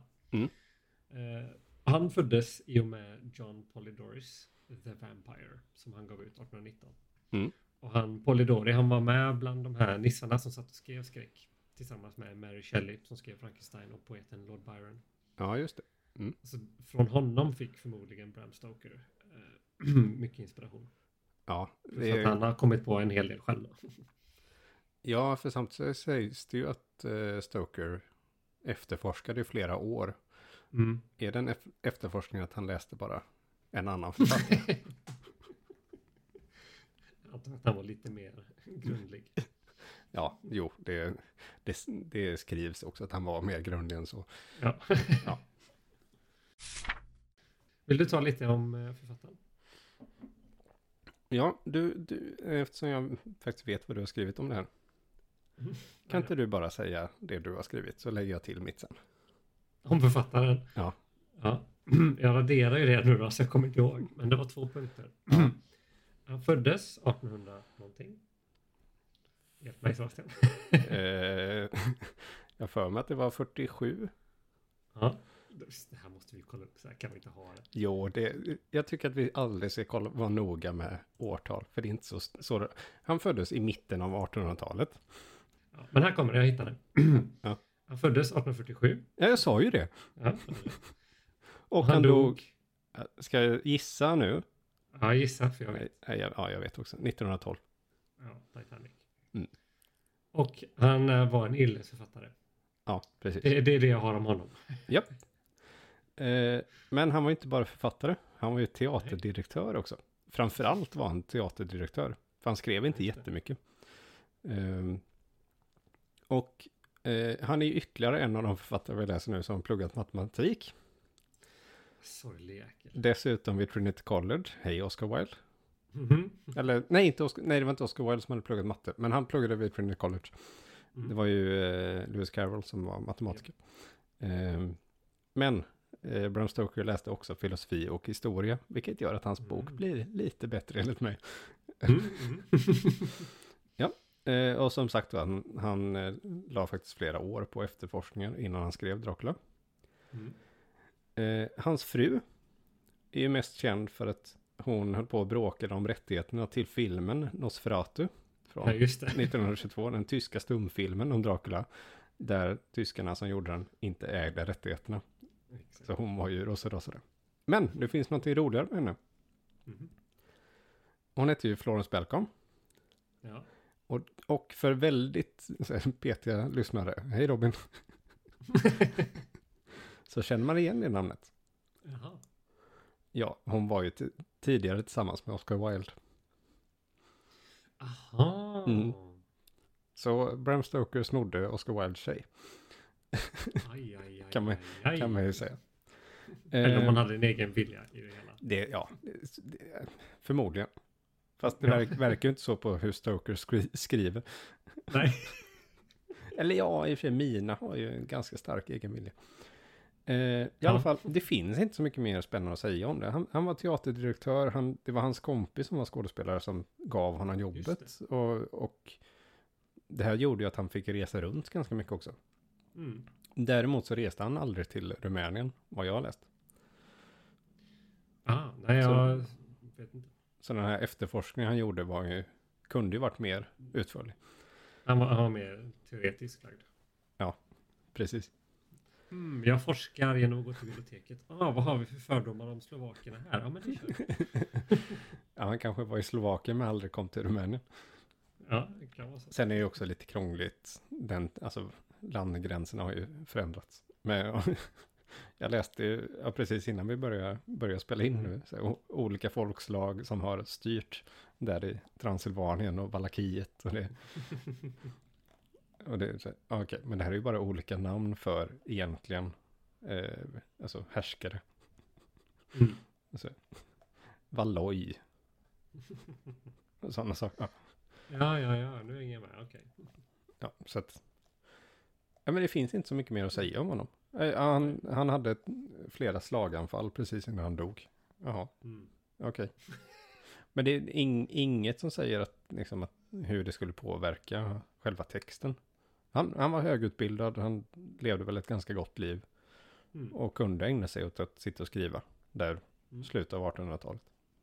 [SPEAKER 2] Han föddes i och med John Polidori's The Vampire som han gav ut 1819. Och Polidori, han var med bland de här nissarna som satt och skrev skräck tillsammans med Mary Shelley som skrev Frankenstein och poeten Lord Byron.
[SPEAKER 1] Ja, just det.
[SPEAKER 2] Så från honom fick förmodligen Bram Stoker mycket inspiration.
[SPEAKER 1] Ja,
[SPEAKER 2] för att han har kommit på en hel del själv.
[SPEAKER 1] Ja, för samtidigt sägs det ju att Stoker efterforskade i flera år. Är det en efterforskning att han läste bara en annan författare?
[SPEAKER 2] Att han var lite mer grundlig.
[SPEAKER 1] Ja, jo, det skrivs också att han var mer grundlig än så.
[SPEAKER 2] Ja. Vill du ta lite om författaren?
[SPEAKER 1] Ja, du, eftersom jag faktiskt vet vad du har skrivit om det här. Kan inte du bara säga det du har skrivit så lägger jag till mitt sen.
[SPEAKER 2] Om författaren?
[SPEAKER 1] Ja.
[SPEAKER 2] Jag raderar ju det nu då så jag kommer inte ihåg. Men det var 2 punkter. Han föddes 1800 någonting. Hjälp mig Sebastian.
[SPEAKER 1] Jag för mig att det var 47.
[SPEAKER 2] Ja. Det här måste vi kolla upp, så här kan vi inte ha det.
[SPEAKER 1] Jo, jag tycker att vi aldrig ska vara noga med årtal, för det är inte så. Han föddes i mitten av 1800-talet.
[SPEAKER 2] Ja, men här kommer det, jag hittade. Ja. Han föddes 1847.
[SPEAKER 1] Ja, jag sa ju det.
[SPEAKER 2] Ja.
[SPEAKER 1] Och han dog. Ska jag gissa nu?
[SPEAKER 2] Ja, gissa, för jag vet.
[SPEAKER 1] Ja, jag vet också. 1912.
[SPEAKER 2] Ja, Titanic. Och han var en illesförfattare.
[SPEAKER 1] Ja, precis.
[SPEAKER 2] Det är det jag har om honom.
[SPEAKER 1] Japp. Men han var inte bara författare. Han var ju teaterdirektör också. Framförallt var han teaterdirektör. För han skrev inte jättemycket. Och han är ytterligare en av de författare vi läser nu som pluggat matematik.
[SPEAKER 2] Sorglig jäkel.
[SPEAKER 1] Dessutom vid Trinity College. Hej Oscar Wilde.
[SPEAKER 2] Mhm.
[SPEAKER 1] Eller, nej, det var inte Oscar Wilde som hade pluggat matte. Men han pluggade vid Trinity College. Det var ju Lewis Carroll som var matematiker. Men Bram Stoker läste också filosofi och historia. Vilket gör att hans bok blir lite bättre enligt mig. Ja, och som sagt han la faktiskt flera år på efterforskningar innan han skrev Dracula. Hans fru är ju mest känd för att hon höll på att bråka om rättigheterna till filmen Nosferatu från 1922, den tyska stumfilmen om Dracula, där tyskarna som gjorde den inte ägde rättigheterna. Exakt. Så hon var ju rosa. Men det finns något roligare med henne. Hon heter ju Florence Balcom.
[SPEAKER 2] Ja.
[SPEAKER 1] Och för väldigt petiga lyssnare, hej Robin, så känner man igen det namnet.
[SPEAKER 2] Jaha.
[SPEAKER 1] Ja, hon var ju tidigare tillsammans med Oscar Wilde.
[SPEAKER 2] Aha.
[SPEAKER 1] Så Bram Stoker snodde Oscar Wildes tjej.
[SPEAKER 2] Aj.
[SPEAKER 1] Kan man ju säga.
[SPEAKER 2] Eller om man hade en egen vilja i det hela.
[SPEAKER 1] Förmodligen. Fast det verkar ju inte så på hur Stoker skriver.
[SPEAKER 2] Nej.
[SPEAKER 1] Eller ja, i och för sig Mina har ju en ganska stark egen vilja. I alla fall, det finns inte så mycket mer spännande att säga om det. Han var teaterdirektör, det var hans kompis som var skådespelare som gav honom jobbet. Och det här gjorde ju att han fick resa runt ganska mycket också. Däremot så reste han aldrig till Rumänien, vad jag har läst.
[SPEAKER 2] Nej, jag vet inte.
[SPEAKER 1] Så den här efterforskningen han gjorde kunde ju varit mer utförlig.
[SPEAKER 2] Han var mer teoretisk lagd.
[SPEAKER 1] Ja, precis.
[SPEAKER 2] Jag forskar genom att gå till biblioteket. Vad har vi för fördomar om slovakerna här? Ja, men det kör.
[SPEAKER 1] Ja, han kanske var i Slovakien men aldrig kom till Rumänien.
[SPEAKER 2] Ja, det kan vara så.
[SPEAKER 1] Sen är det ju också lite krångligt. Landgränserna har ju förändrats. Men jag läste ju precis innan vi började spela in nu. Olika folkslag som har styrt där i Transylvanien och Valakiet. Och det är så, okej, men det här är ju bara olika namn för egentligen härskare. Alltså, Valloj. Sådana saker.
[SPEAKER 2] Ja, nu är jag med, okej.
[SPEAKER 1] Ja, så att men det finns inte så mycket mer att säga om honom. Han hade flera slaganfall precis innan han dog. Jaha, okej. Men det är inget som säger att hur det skulle påverka själva texten. Han var högutbildad, han levde väl ett ganska gott liv. Och kunde ägna sig åt att sitta och skriva där slutet av 1800-talet.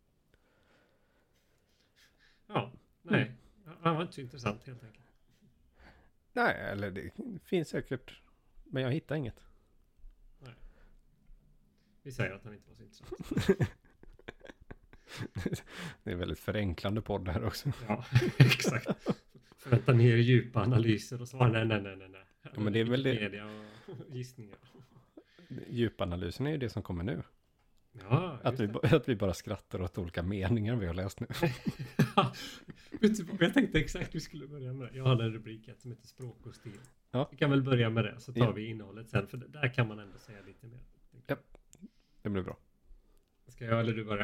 [SPEAKER 2] Ja, nej. Han var inte så intressant helt enkelt.
[SPEAKER 1] Nej, eller det finns säkert. Men jag hittar inget.
[SPEAKER 2] Nej. Vi säger att han inte var så intressant.
[SPEAKER 1] Det är väldigt förenklande podd här också.
[SPEAKER 2] Ja, exakt. Förvänta ner djupa analyser och svara nej.
[SPEAKER 1] Ja, men det är väl det.
[SPEAKER 2] Media och gissningar.
[SPEAKER 1] Djupanalysen är ju det som kommer nu.
[SPEAKER 2] Ja,
[SPEAKER 1] att vi bara skrattar åt olika meningar vi har läst nu.
[SPEAKER 2] Vet du, jag tänkte exakt vi skulle börja med det. Jag har en rubrik som heter språk och stil.
[SPEAKER 1] Ja.
[SPEAKER 2] Vi kan väl börja med det, så tar vi innehållet sen. För där kan man ändå säga lite mer.
[SPEAKER 1] Ja, det blir bra.
[SPEAKER 2] Ska jag eller du börja?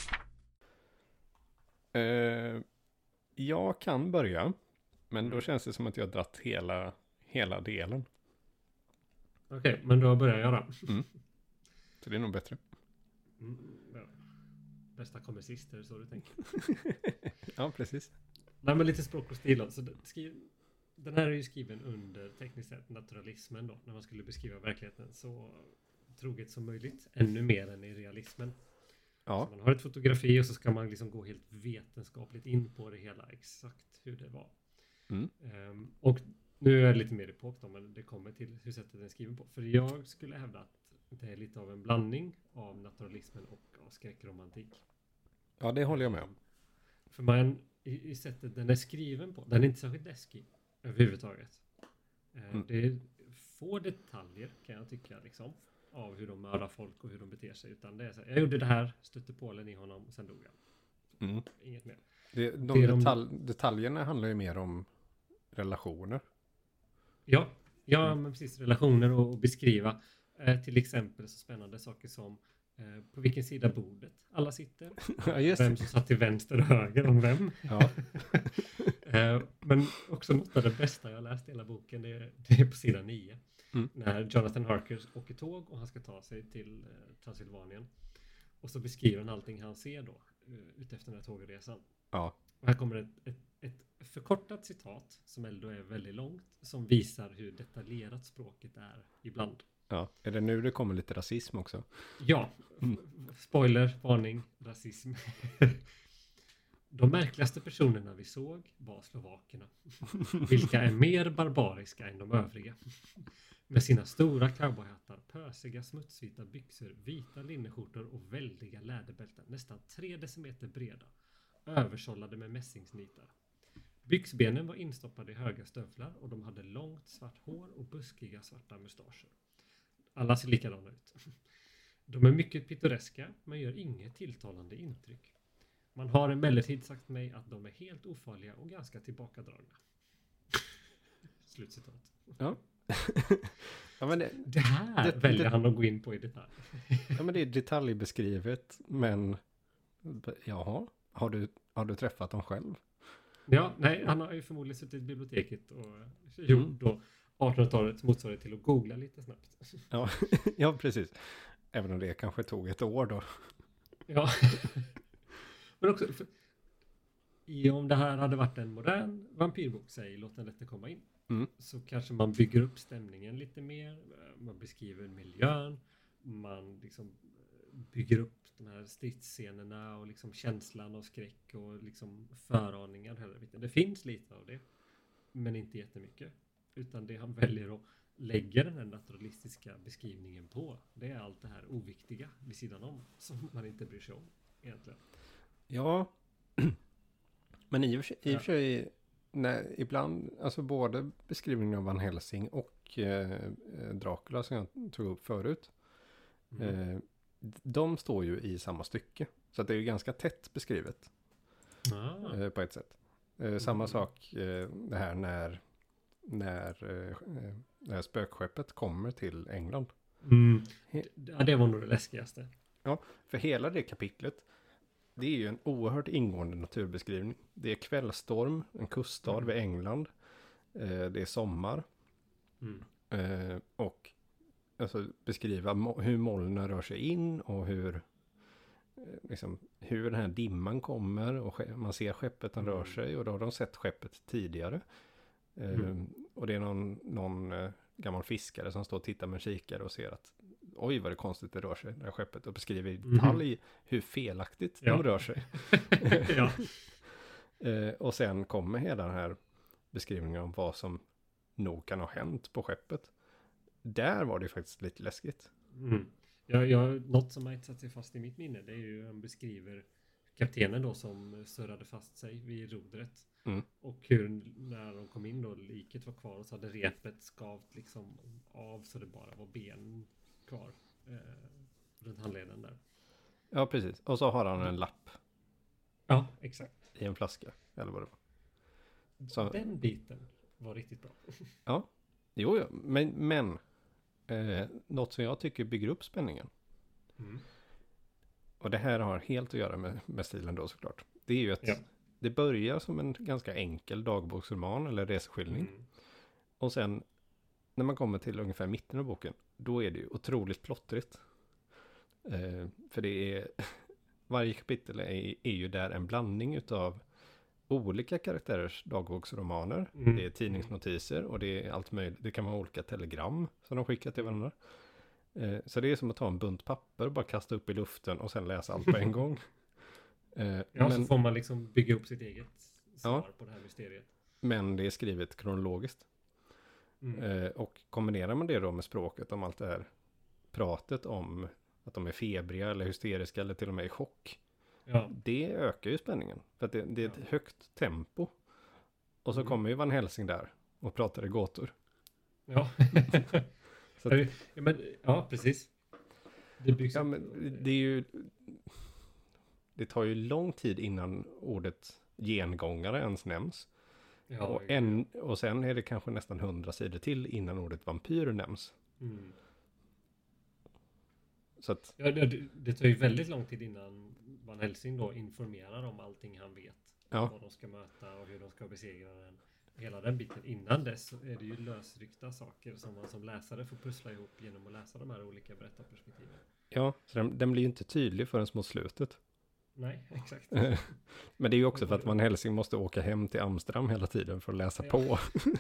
[SPEAKER 1] Jag kan börja. Men då känns det som att jag har dratt hela delen.
[SPEAKER 2] Okej, men då börjar jag då.
[SPEAKER 1] Så det är nog bättre.
[SPEAKER 2] Ja. Bästa kommer sist, är det så du tänker?
[SPEAKER 1] Ja, precis.
[SPEAKER 2] Nej, men lite språk och stil. Så den här är ju skriven under tekniskt sett naturalismen då. När man skulle beskriva verkligheten så troget som möjligt. Ännu mer än i realismen. Ja. Så man har ett fotografi och så ska man gå helt vetenskapligt in på det hela. Exakt hur det var. Och nu är det lite mer epok då, men det kommer till hur sättet den är skriven på. För jag skulle hävda att det är lite av en blandning av naturalismen och av skräckromantik.
[SPEAKER 1] Ja, det håller jag med om.
[SPEAKER 2] För man, i sättet den är skriven på, den är inte särskilt läskig överhuvudtaget. Det är få detaljer kan jag tycka av hur de mördar folk och hur de beter sig. Utan det är så här, jag gjorde det här, stötte pålen i honom och sen dog jag. Inget mer.
[SPEAKER 1] Detaljerna handlar ju mer om relationer.
[SPEAKER 2] Ja, men precis. Relationer och beskriva. Till exempel så spännande saker som på vilken sida bordet alla sitter.
[SPEAKER 1] Ja,
[SPEAKER 2] vem som satt till vänster och höger om vem.
[SPEAKER 1] Ja.
[SPEAKER 2] Men också något av det bästa jag läst i hela boken, det är på sidan 9. När Jonathan Harker åker tåg och han ska ta sig till Transylvanien. Och så beskriver han allting han ser då utefter den här tågresan.
[SPEAKER 1] Ja.
[SPEAKER 2] Och här kommer ett förkortat citat som ändå är väldigt långt, som visar hur detaljerat språket är ibland.
[SPEAKER 1] Ja, är det nu det kommer lite rasism också?
[SPEAKER 2] Ja, spoiler, varning, rasism. De märkligaste personerna vi såg var slovakerna, vilka är mer barbariska än de övriga. Med sina stora cowboyhattar, pösiga smutsvita byxor, vita linneskjortor och väldiga läderbälten, nästan 3 decimeter breda, översållade med mässingsnitar. Byxbenen var instoppade i höga stövlar och de hade långt svart hår och buskiga svarta mustascher. Alla ser likadana ut. De är mycket pittoreska men gör inget tilltalande intryck. Man har emellertid sagt mig att de är helt ofarliga och ganska tillbakadragna. Slutcitat.
[SPEAKER 1] Ja. Ja, men
[SPEAKER 2] det här väljer han att gå in på i detalj.
[SPEAKER 1] Ja, men det är detaljbeskrivet, men jaha, har du träffat dem själv?
[SPEAKER 2] Ja, nej, han har ju förmodligen suttit i biblioteket och gjort då 1800-talets motsvarighet till att googla lite snabbt.
[SPEAKER 1] Ja, ja, precis. Även om det kanske tog ett år då.
[SPEAKER 2] Ja. Men också, om det här hade varit en modern vampyrbok, säg Låt den lätte komma in, så kanske man bygger upp stämningen lite mer, man beskriver miljön, man liksom bygger upp de här stridsscenerna och liksom känslan av skräck och liksom föraningar. Det finns lite av det, men inte jättemycket. Utan det han väljer att lägga den här naturalistiska beskrivningen på, det är allt det här oviktiga vid sidan om som man inte bryr sig om egentligen.
[SPEAKER 1] Ja, men i och för sig ibland, alltså både beskrivningen av Van Helsing och Dracula som jag tog upp förut, de står ju i samma stycke. Så att det är ju ganska tätt beskrivet på ett sätt. Samma sak det här när det här spökskeppet kommer till England.
[SPEAKER 2] Ja, det var nog det läskigaste.
[SPEAKER 1] Ja, för hela det kapitlet, det är ju en oerhört ingående naturbeskrivning. Det är kvällstorm, en kuststad vid England. Det är sommar. Och alltså beskriva hur molnen rör sig in och hur den här dimman kommer och man ser skeppet som rör sig, och då har de sett skeppet tidigare. Och det är någon gammal fiskare som står och tittar med en kikare och ser att oj vad det konstigt det rör sig, det här skeppet, och beskriver i detalj hur felaktigt de rör sig.
[SPEAKER 2] Ja.
[SPEAKER 1] Och sen kommer hela den här beskrivningen om vad som nog kan ha hänt på skeppet. Där var det faktiskt lite läskigt.
[SPEAKER 2] Något som har satt sig fast i mitt minne, det är ju han beskriver kaptenen då som surrade fast sig vid rodret. Och hur när de kom in då, liket var kvar och så hade repet skavt liksom av så det bara var ben kvar runt handleden där.
[SPEAKER 1] Ja, precis. Och så har han en lapp.
[SPEAKER 2] Ja, exakt.
[SPEAKER 1] I en flaska, eller vad det var.
[SPEAKER 2] Så den biten var riktigt bra.
[SPEAKER 1] Ja, jo, men något som jag tycker bygger upp spänningen. Och det här har helt att göra med stilen då såklart. Det är ju att det börjar som en ganska enkel dagboksroman eller reseskildring. Och sen när man kommer till ungefär mitten av boken, då är det ju otroligt plottrigt. För det är varje kapitel är ju där en blandning utav olika karaktärers dagboksromaner. Det är tidningsnotiser och det är allt möjligt. Det kan vara olika telegram som de skickar till varandra. Så det är som att ta en bunt papper och bara kasta upp i luften och sen läsa allt på en gång.
[SPEAKER 2] Så får man liksom bygga upp sitt eget svar på det här mysteriet.
[SPEAKER 1] Men det är skrivet kronologiskt. Och kombinerar man det då med språket om allt det här pratet om att de är febriga eller hysteriska eller till och med i chock. Det ökar ju spänningen. För att det är ett högt tempo. Och så kommer ju Van Helsing där och pratar i gåtor.
[SPEAKER 2] Ja. Så att, precis.
[SPEAKER 1] Det är ju... Det tar ju lång tid innan ordet gengångare ens nämns. Och sen är det kanske nästan 100 sidor till innan ordet vampyr nämns. Så att,
[SPEAKER 2] det tar ju väldigt lång tid innan Van Helsing då informerar om allting han vet. Vad de ska möta och hur de ska besegra den. Hela den biten. Innan dess så är det ju lösryckta saker som man som läsare får pussla ihop genom att läsa de här olika berättarperspektiven.
[SPEAKER 1] Ja, så den blir ju inte tydlig förrän mot slutet.
[SPEAKER 2] Nej, exakt.
[SPEAKER 1] Men det är ju också för att Van Helsing måste åka hem till Amsterdam hela tiden för att läsa på.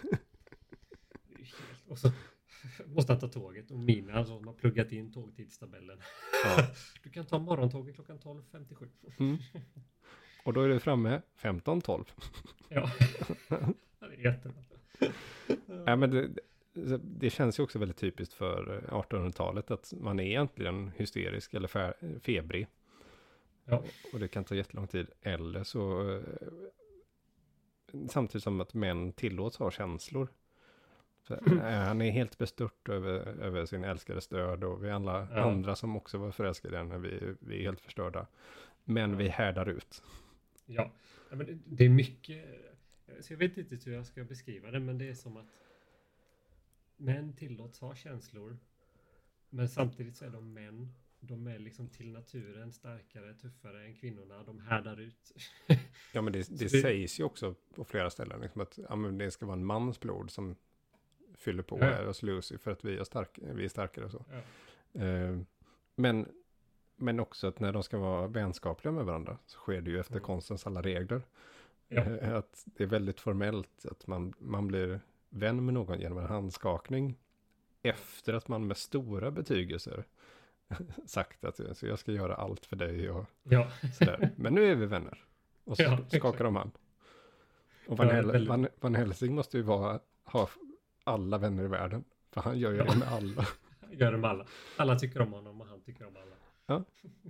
[SPEAKER 2] Och så måste han ta tåget och Mina som har pluggat in tågtidstabellen.
[SPEAKER 1] Ja.
[SPEAKER 2] Du kan ta morgontåget klockan 12.57.
[SPEAKER 1] Mm. Och då är du framme 15.12.
[SPEAKER 2] Ja, det är jättebra.
[SPEAKER 1] Ja, men det känns ju också väldigt typiskt för 1800-talet att man är egentligen hysterisk eller febrig.
[SPEAKER 2] Ja.
[SPEAKER 1] Och det kan ta jättelång tid. Eller så samtidigt som att män tillåts ha känslor. Han är helt bestört över sin älskares död och vi alla andra som också var förälskade när vi är helt förstörda. Men vi härdar ut.
[SPEAKER 2] Ja, men det är mycket, så jag vet inte hur jag ska beskriva det, men det är som att män tillåts ha känslor, men samtidigt så är de män. De är liksom till naturen starkare, tuffare än kvinnorna. De härdar ut.
[SPEAKER 1] Ja, men det sägs ju också på flera ställen liksom att det ska vara en mans blod som fyller på oss Lucy för att vi är starkare och så. Ja. Men också att när de ska vara vänskapliga med varandra så sker det ju efter konstens alla regler. Ja. Att det är väldigt formellt att man blir vän med någon genom en handskakning efter att man med stora betygelser sagt att så jag ska göra allt för dig och sådär. Men nu är vi vänner. Och så skakar de hand. Och Van Helsing måste ju ha alla vänner i världen. För han gör ju det med alla.
[SPEAKER 2] Gör det med alla. Alla tycker om honom och han tycker om alla.
[SPEAKER 1] Ja.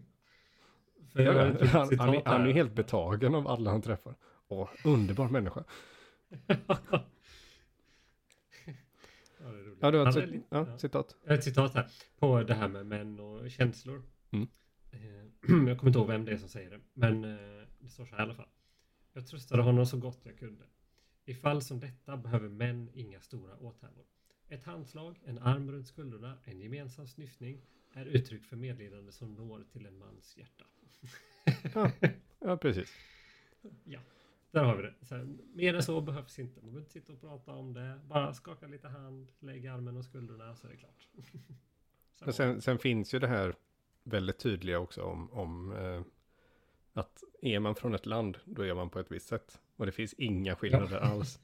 [SPEAKER 1] Han är ju helt betagen av alla han träffar. Underbar människa. Ja, du har citat.
[SPEAKER 2] Ett citat här på det här med män och känslor. Jag kommer inte ihåg vem det är som säger det. Men det står så här i alla fall. Jag tröstade honom så gott jag kunde. I fall som detta behöver män inga stora åthävor. Ett handslag, en arm runt skulderna, en gemensam snyftning är uttryck för medlidande som når till en mans hjärta.
[SPEAKER 1] Ja, precis.
[SPEAKER 2] Ja, där har vi det. Så här, mer än så behövs inte. Man behöver inte sitta och prata om det. Bara skaka lite hand, lägga armen och skulderna så är det klart.
[SPEAKER 1] Sen finns ju det här väldigt tydliga också om att är man från ett land, då är man på ett visst sätt. Och det finns inga skillnader alls.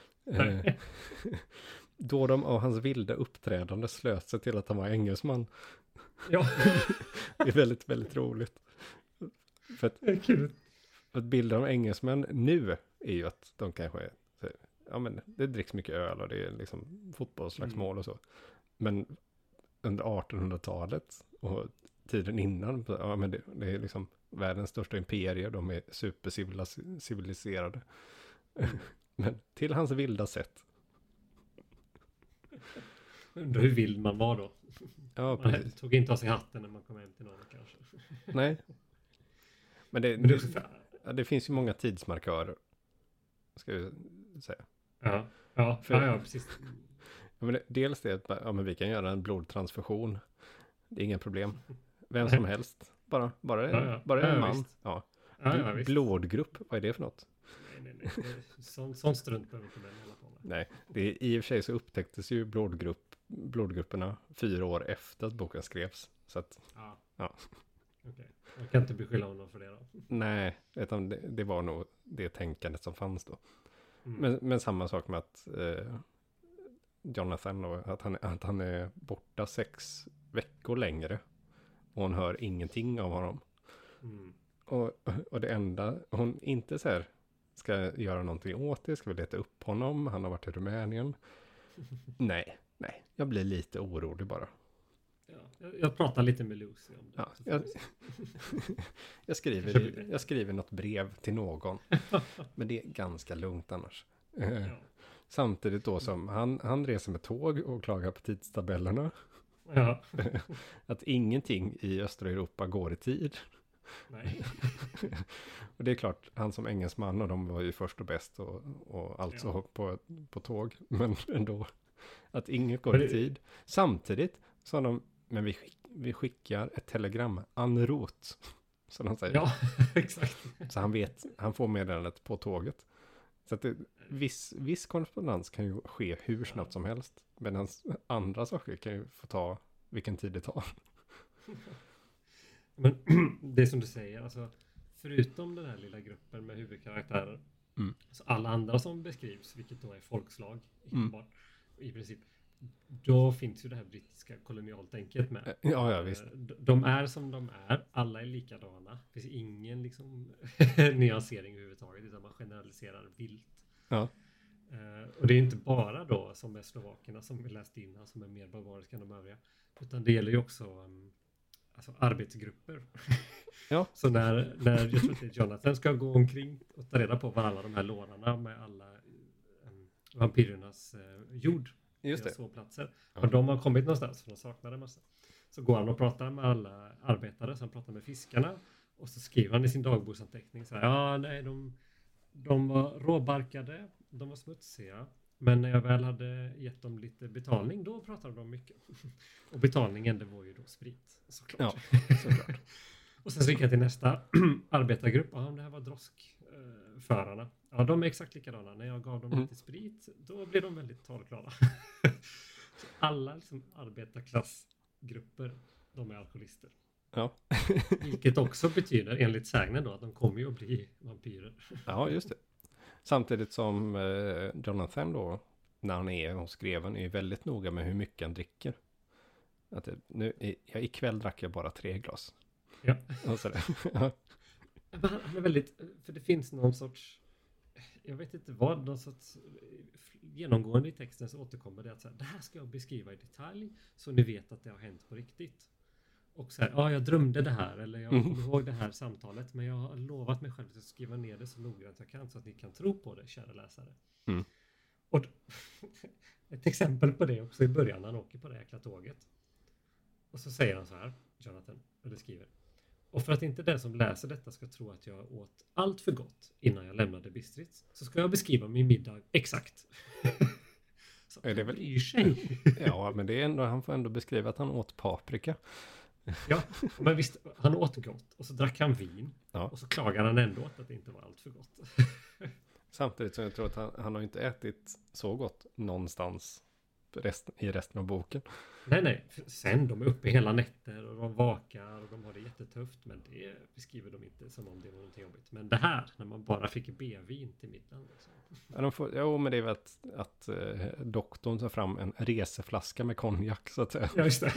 [SPEAKER 1] Då de av hans vilda uppträdande slöt sig till att han var engelsman.
[SPEAKER 2] Ja.
[SPEAKER 1] Det är väldigt, väldigt roligt. För att bilden av engelsmän nu är ju att de kanske är, men det dricks mycket öl och det är liksom fotbollsslagsmål och så. Men under 1800-talet och tiden innan, men det är liksom världens största imperier, de är superciviliserade. Men till hans vilda sätt.
[SPEAKER 2] Undrar hur vild man var då.
[SPEAKER 1] Ja,
[SPEAKER 2] man tog inte av sig hatten när man kom hem till någon kanske.
[SPEAKER 1] Nej. Men det finns ju många tidsmarkörer. Ska vi säga.
[SPEAKER 2] Ja, precis.
[SPEAKER 1] Men dels det att men vi kan göra en blodtransfusion. Det är inga problem. Vem som helst. Bara en man. Ja. Blodgrupp, vad är det för något?
[SPEAKER 2] Nej. Sån strunt behöver inte hålla på med.
[SPEAKER 1] Nej, i och för sig så upptäcktes ju blodgrupperna 4 år efter att boken skrevs. Så att, ja.
[SPEAKER 2] Okej. Jag kan inte beskylla honom för det då.
[SPEAKER 1] Nej, utan det var nog det tänkandet som fanns då. Men samma sak med att Jonathan och att han är borta 6 veckor längre. Och hon hör ingenting av honom. Och det enda hon inte så här ska göra någonting åt det, ska vi leta upp honom, han har varit i Rumänien. Nej, jag blir lite orolig bara.
[SPEAKER 2] Ja, jag pratar lite med Lucy om det.
[SPEAKER 1] Ja, jag skriver något brev till någon. Men det är ganska lugnt annars. Samtidigt då som han reser med tåg och klagar på tidstabellerna.
[SPEAKER 2] Ja.
[SPEAKER 1] Att ingenting i östra Europa går i tid.
[SPEAKER 2] Nej.
[SPEAKER 1] Och det är klart, han som engelsman och de var ju först och bäst och alltså på tåg. Men ändå, att inget går i tid. Samtidigt sa de, men vi skickar ett telegram en route, som de säger.
[SPEAKER 2] Ja, exakt.
[SPEAKER 1] Så han får meddelandet på tåget. Så att viss korrespondens kan ju ske hur snabbt som helst. Medan andra saker kan ju få ta vilken tid det tar.
[SPEAKER 2] Men det som du säger, alltså förutom den här lilla gruppen med huvudkaraktärer, så alla andra som beskrivs, vilket då är folkslag enbart, i princip, då finns ju det här brittiska kolonialtänket med.
[SPEAKER 1] Ja, visst.
[SPEAKER 2] De är som de är, alla är likadana. Det finns ingen liksom nyansering överhuvudtaget, utan man generaliserar vilt.
[SPEAKER 1] Ja.
[SPEAKER 2] Och det är inte bara då som med slovakerna som vi läste innan, som är mer barbariska än de övriga, utan det gäller ju också alltså arbetsgrupper.
[SPEAKER 1] Ja.
[SPEAKER 2] Så när jag tror att det är Jonathan ska gå omkring och ta reda på var alla de här lådorna med alla vampyrernas jord,
[SPEAKER 1] just det,
[SPEAKER 2] sovplatser, och de har kommit någonstans för de saknar en massa. Så går han och pratar med alla arbetare, så han pratar med fiskarna, och så skriver han i sin dagboksanteckning så här: ja, nej, de var råbarkade, de var smutsiga, men när jag väl hade gett dem lite betalning, då pratade de mycket. Och betalningen, det var ju då sprit, såklart.
[SPEAKER 1] Ja, såklart.
[SPEAKER 2] Och sen så gick jag till nästa arbetargrupp. Ja, det här var droskförarna. Ja, de är exakt likadana. När jag gav dem lite sprit, då blev de väldigt talglada. Så alla liksom arbetarklassgrupper, de är alkoholister.
[SPEAKER 1] Ja.
[SPEAKER 2] Vilket också betyder, enligt sägnen då, att de kommer ju att bli vampyrer.
[SPEAKER 1] Ja, just det. Samtidigt som Jonathan då, när han är hos greven, är väldigt noga med hur mycket han dricker. Att ikväll drack jag bara 3 glas.
[SPEAKER 2] Ja.
[SPEAKER 1] Och sådär.
[SPEAKER 2] Han är väldigt, för det finns någon sorts, jag vet inte vad, någon sorts genomgående i texten så återkommer det att så här, det här ska jag beskriva i detalj så ni vet att det har hänt på riktigt. Och så här, ja, jag drömde det här, eller jag kommer ihåg det här samtalet, men jag har lovat mig själv att skriva ner det så noggrant jag kan så att ni kan tro på det, kära läsare. Och ett exempel på det också i början när han åker på det jäkla tåget. Och så säger han så här, Jonathan, eller skriver: och för att inte den som läser detta ska tro att jag åt allt för gott innan jag lämnade Bistritz, så ska jag beskriva min middag exakt. Så
[SPEAKER 1] är det väl
[SPEAKER 2] bryr sig.
[SPEAKER 1] Ja, men det är ändå, han får ändå beskriva att han åt paprika.
[SPEAKER 2] Ja, men visst, han åt gott och så drack han vin,
[SPEAKER 1] ja.
[SPEAKER 2] Och så klagar han ändå åt att det inte var allt för gott.
[SPEAKER 1] Samtidigt som jag tror att han har inte ätit så gott någonstans i resten av boken.
[SPEAKER 2] Nej. Sen de är uppe hela nätter och de vakar och de har det jättetufft, men det beskriver de inte som om det var någonting jobbigt. Men det här, när man bara fick B-vin till middagen. Liksom.
[SPEAKER 1] Ja, men det är väl att doktorn tar fram en reseflaska med konjak, så att säga.
[SPEAKER 2] Ja, just det.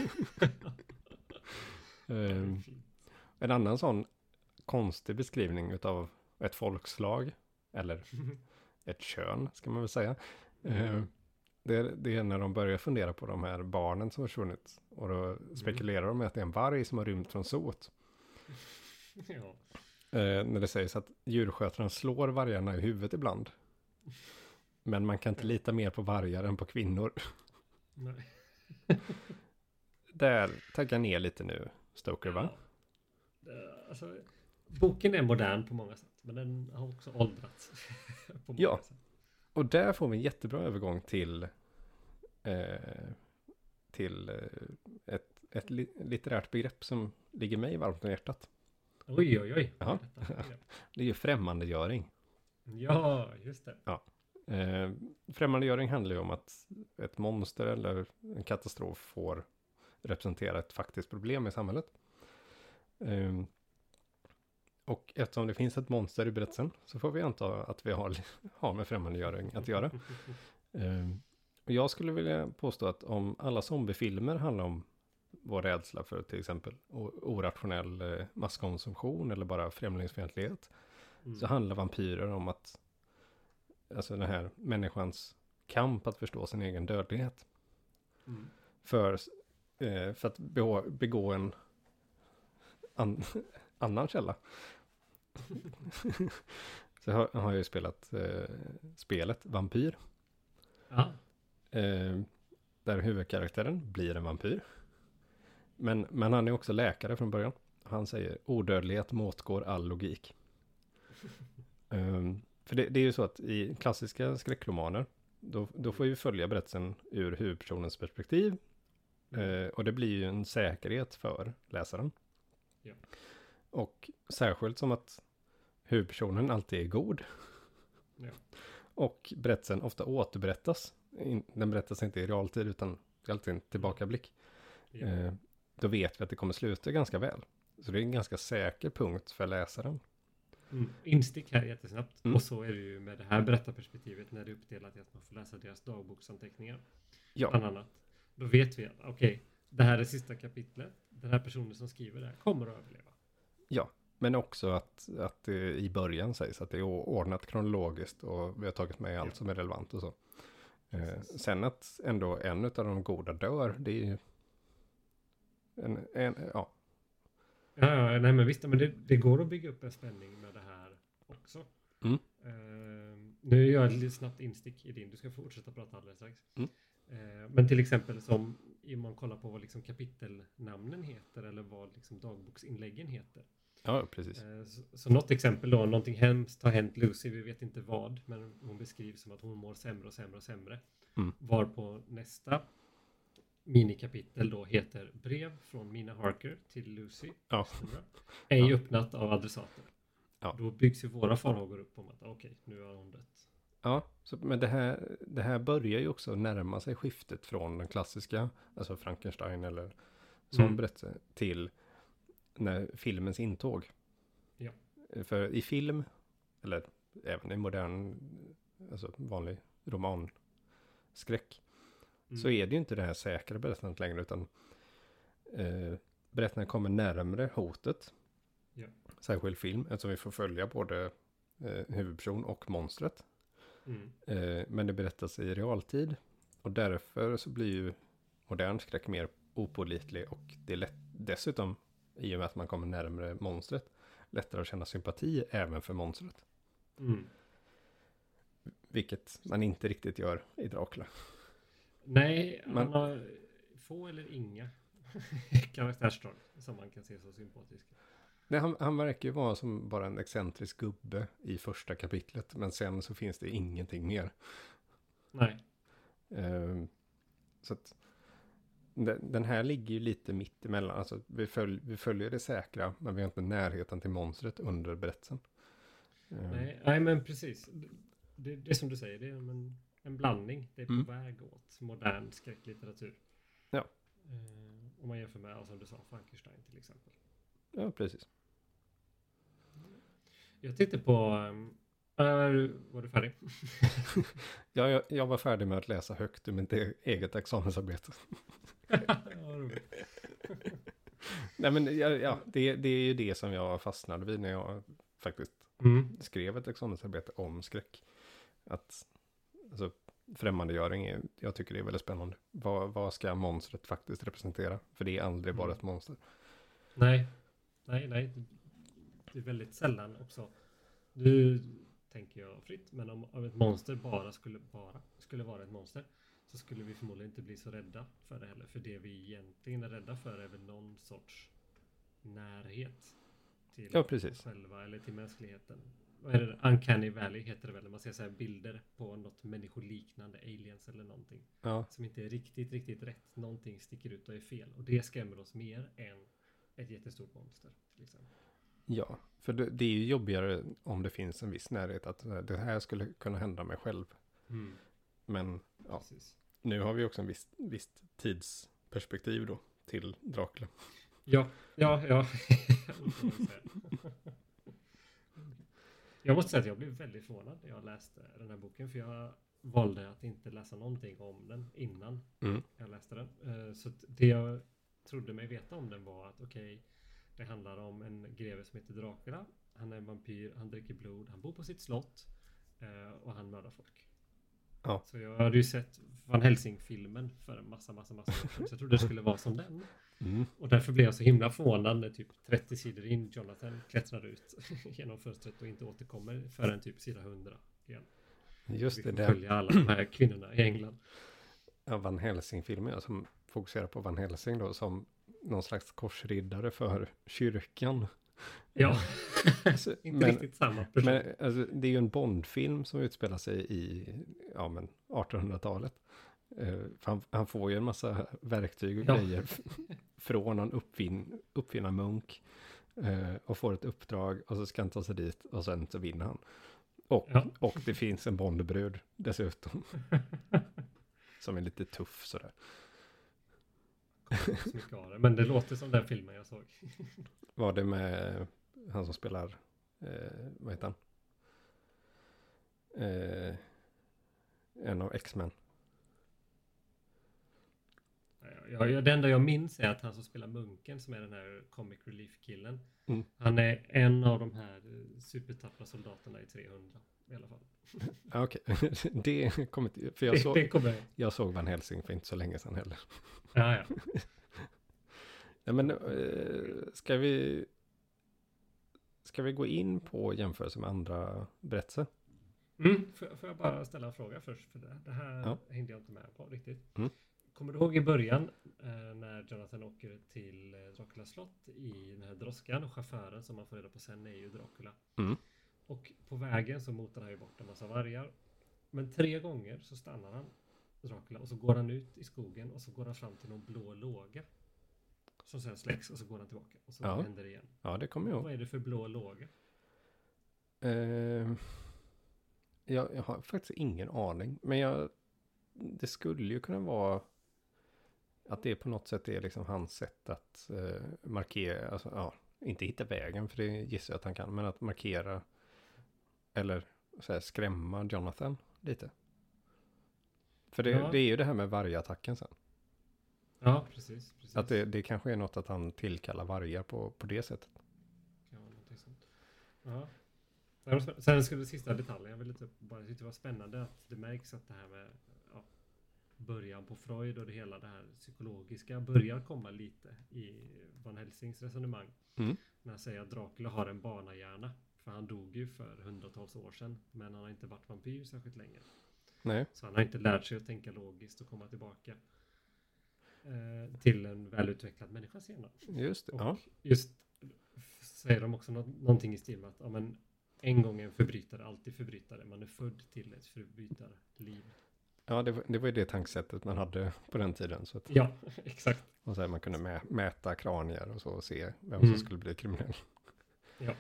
[SPEAKER 1] En annan sån konstig beskrivning utav ett folkslag, eller ett kön ska man väl säga. Det är när de börjar fundera på de här barnen som har försvunnit. Och då spekulerar de med att det är en varg som har rymt från zoot.
[SPEAKER 2] Ja.
[SPEAKER 1] När det sägs att djurskötaren slår vargarna i huvudet ibland. Men man kan inte lita mer på vargar än på kvinnor.
[SPEAKER 2] Nej.
[SPEAKER 1] Där taggar ner lite nu, Stoker, va?
[SPEAKER 2] Ja. Alltså, boken är modern på många sätt, men den har också åldrats på många sätt.
[SPEAKER 1] Och där får vi en jättebra övergång till ett litterärt begrepp som ligger mig varmt om hjärtat.
[SPEAKER 2] Oj.
[SPEAKER 1] Ja. Det är ju främmandegöring.
[SPEAKER 2] Ja, just det.
[SPEAKER 1] Ja. Främmandegöring handlar ju om att ett monster eller en katastrof får representera ett faktiskt problem i samhället. Och eftersom det finns ett monster i berättelsen så får vi anta att vi har med främmandegöring att göra. Och jag skulle vilja påstå att om alla zombiefilmer handlar om vår rädsla för till exempel orationell masskonsumtion eller bara främlingsfientlighet, så handlar vampyrer om att, alltså den här människans kamp att förstå sin egen dödlighet. För att begå en annan källa. Så har jag ju spelat spelet Vampyr.
[SPEAKER 2] Ja.
[SPEAKER 1] Där huvudkaraktären blir en vampyr. Men han är också läkare från början. Han säger odödlighet motgår all logik. För det är ju så att i klassiska skräckromaner då får vi följa berättelsen ur huvudpersonens perspektiv. Och det blir ju en säkerhet för läsaren.
[SPEAKER 2] Ja.
[SPEAKER 1] Och särskilt som att huvudpersonen alltid är god.
[SPEAKER 2] Ja.
[SPEAKER 1] Och berättelsen ofta återberättas. Den berättas inte i realtid utan det är alltid en tillbakablick.
[SPEAKER 2] Ja.
[SPEAKER 1] Då vet vi att det kommer sluta ganska väl. Så det är en ganska säker punkt för läsaren.
[SPEAKER 2] Instick här jättesnabbt. Och så är det ju med det här berättarperspektivet när det är uppdelat i att man får läsa deras dagboksanteckningar.
[SPEAKER 1] Ja.
[SPEAKER 2] Bland annat. Då vet vi att okej, det här är sista kapitlet. Den här personen som skriver det här kommer att överleva.
[SPEAKER 1] Ja, men också att det i början sägs att det är ordnat kronologiskt och vi har tagit med allt som är relevant och så. Sen att ändå en av de goda dör, det är ju ja.
[SPEAKER 2] Ja, nej men visst, men det går att bygga upp en spänning med det här också. Nu gör jag ett lite snabbt instick i din, du ska fortsätta prata alldeles strax. Men till exempel som om man kollar på vad liksom kapitelnamnen heter eller vad liksom dagboksinläggen heter.
[SPEAKER 1] Ja, precis.
[SPEAKER 2] Så något exempel då, någonting hemskt har hänt Lucy, vi vet inte vad, men hon beskrivs som att hon mår sämre och sämre och sämre. Varpå nästa minikapitel då heter brev från Mina Harker till Lucy.
[SPEAKER 1] Ja.
[SPEAKER 2] Ej öppnat av adressater.
[SPEAKER 1] Ja.
[SPEAKER 2] Då byggs ju våra farhågor upp om att okej, nu har hon dött.
[SPEAKER 1] Ja, men det här börjar ju också närma sig skiftet från den klassiska, alltså Frankenstein eller sån berättelse, till när filmens intåg.
[SPEAKER 2] Ja.
[SPEAKER 1] För i film, eller även i modern, alltså vanlig romanskräck, så är det ju inte det här säkra berättandet längre, utan berättandet kommer närmare hotet.
[SPEAKER 2] Ja.
[SPEAKER 1] Särskild film, eftersom vi får följa både huvudperson och monstret. Men det berättas i realtid. Och därför så blir ju modern skräck mer opålitlig. Och det är lätt, dessutom, i och med att man kommer närmare monstret, lättare att känna sympati även för monstret. Vilket man inte riktigt gör i Dracula.
[SPEAKER 2] Nej, man har få eller inga karaktärsdrag som man kan se så sympatiska.
[SPEAKER 1] Nej, han verkar ju vara som bara en excentrisk gubbe i första kapitlet. Men sen så finns det ingenting mer.
[SPEAKER 2] Nej.
[SPEAKER 1] Så att den här ligger ju lite mitt emellan. Alltså vi följer det säkra, men vi har inte närheten till monstret under berättelsen.
[SPEAKER 2] Nej, men precis. Det är som du säger, det är en blandning. Det är på väg åt modern skräcklitteratur.
[SPEAKER 1] Ja.
[SPEAKER 2] Om man jämför med, som du sa, Frankenstein till exempel.
[SPEAKER 1] Ja, precis.
[SPEAKER 2] Jag tittade på... var du färdig?
[SPEAKER 1] Ja, jag var färdig med att läsa högt ur mitt eget examensarbete. Nej, men det är ju det som jag fastnade vid när jag faktiskt skrev ett examensarbete om skräck. Att alltså, främmandegöring jag tycker det är väldigt spännande. Vad ska monstret faktiskt representera? För det är aldrig bara ett monster.
[SPEAKER 2] Nej. Det är väldigt sällan också. Nu tänker jag fritt, men om ett monster bara skulle vara ett monster, så skulle vi förmodligen inte bli så rädda för det heller. För det vi egentligen är rädda för är väl någon sorts närhet till oss själva eller till mänskligheten. Vad är det? Uncanny Valley heter det väl, när man ser så här bilder på något människoliknande, aliens eller någonting.
[SPEAKER 1] Ja.
[SPEAKER 2] Som inte är riktigt rätt. Någonting sticker ut och är fel. Och det skrämmer oss mer än ett jättestort monster till exempel.
[SPEAKER 1] Ja, för det är ju jobbigare om det finns en viss närhet att det här skulle kunna hända mig själv. Men ja, nu har vi också en visst tidsperspektiv då till Dracula.
[SPEAKER 2] Ja. Jag måste säga att jag blev väldigt förvånad när jag läste den här boken, för jag valde att inte läsa någonting om den innan jag läste den. Så det jag trodde mig veta om den var att det handlar om en greve som heter Dracula. Han är en vampyr, han dricker blod, han bor på sitt slott och han mördar folk.
[SPEAKER 1] Ja.
[SPEAKER 2] Så jag hade ju sett Van Helsing-filmen för en massa år sedan, så jag trodde det skulle vara som den. Och därför blev jag så himla förvånad när typ 30 sidor in Jonathan klättrar ut genom fönstret och inte återkommer förrän typ sida 100 igen.
[SPEAKER 1] Just det.
[SPEAKER 2] Vi får följa alla de här kvinnorna i England.
[SPEAKER 1] Ja, Van Helsing-filmen som fokuserar på Van Helsing då som någon slags korsriddare för kyrkan.
[SPEAKER 2] Ja, alltså, inte riktigt samma person.
[SPEAKER 1] Men alltså, det är ju en Bond-film som utspelar sig i 1800-talet. Han får ju en massa verktyg och grejer från någon uppfinnarmunk. Och får ett uppdrag och så ska han ta sig dit och sen så vinner han. Och det finns en Bondbrud dessutom. Som är lite tuff sådär.
[SPEAKER 2] Så mycket av det. Men det låter som den filmen jag såg.
[SPEAKER 1] Var det med han som spelar, vad heter han? En av X-Men.
[SPEAKER 2] Det enda jag minns är att han som spelar munken, som är den här comic relief-killen. Han är en av de här supertappra soldaterna i 300 i alla fall.
[SPEAKER 1] Okej, det kommer inte... För jag såg Van Helsing för inte så länge sedan heller.
[SPEAKER 2] Ja.
[SPEAKER 1] Ja, men ska vi gå in på jämförelse med andra berättelser?
[SPEAKER 2] Får jag bara ställa en fråga först? För det här hängde jag inte med på riktigt. Kommer du ihåg i början när Jonathan åker till Draculas slott i den här droskan, och chauffören som man får reda på sen är ju Dracula. Och på vägen så motar han ju bort en massa vargar. Men 3 gånger så stannar han, Dracula, och så går han ut i skogen och så går han fram till någon blå låga. Som sen släcks och så går han tillbaka och så händer det igen.
[SPEAKER 1] Ja, det kommer jag ihåg.
[SPEAKER 2] Vad är det för blå låga?
[SPEAKER 1] Jag har faktiskt ingen aning. Men det skulle ju kunna vara att det på något sätt är liksom hans sätt att markera, alltså, inte hitta vägen, för det gissar jag att han kan, men att markera eller så här, skrämma Jonathan lite. För det är ju det här med vargattacken sen.
[SPEAKER 2] Ja, precis.
[SPEAKER 1] Att det kanske är något att han tillkallar vargar på det sättet.
[SPEAKER 2] Ja, någonting sånt. Ja. Sen skulle sista detaljen, jag vill bara tyckte det var spännande att det märks att det här med början på Freud och det hela det här psykologiska börjar komma lite i Van Helsings resonemang. När han säger att Dracula har en barnahjärna. För han dog ju för hundratals år sedan, men han har inte varit vampyr särskilt länge.
[SPEAKER 1] Nej.
[SPEAKER 2] Så han har inte lärt sig att tänka logiskt och komma tillbaka till en välutvecklad människa senare.
[SPEAKER 1] Just det,
[SPEAKER 2] och just säger de också någonting i stil med att en gång är en förbrytare, alltid förbrytare. Man är född till ett förbrytarliv.
[SPEAKER 1] Ja, det var ju det tankesättet man hade på den tiden. Så att,
[SPEAKER 2] ja, exakt.
[SPEAKER 1] Och så här, man kunde mäta kranier och så och se vem som skulle bli kriminell.
[SPEAKER 2] Ja.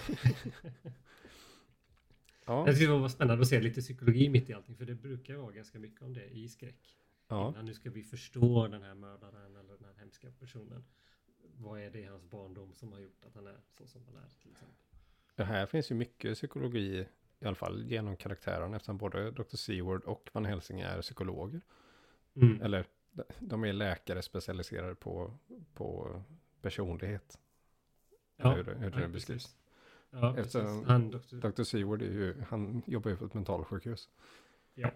[SPEAKER 2] Jag tycker det var spännande att se lite psykologi mitt i allting. För det brukar vara ganska mycket om det i skräck. Innan nu ska vi förstå den här mördaren eller den här hemska personen. Vad är det i hans barndom som har gjort att han är så som han är, till exempel?
[SPEAKER 1] Det här finns ju mycket psykologi, i alla fall genom karaktären, eftersom både Dr. Seward och Van Helsing är psykologer. Eller de är läkare specialiserade på personlighet.
[SPEAKER 2] Ja,
[SPEAKER 1] hur det beskrivs.
[SPEAKER 2] Ja,
[SPEAKER 1] eftersom Dr. Seward han jobbar ju på ett mentalsjukhus.
[SPEAKER 2] Ja.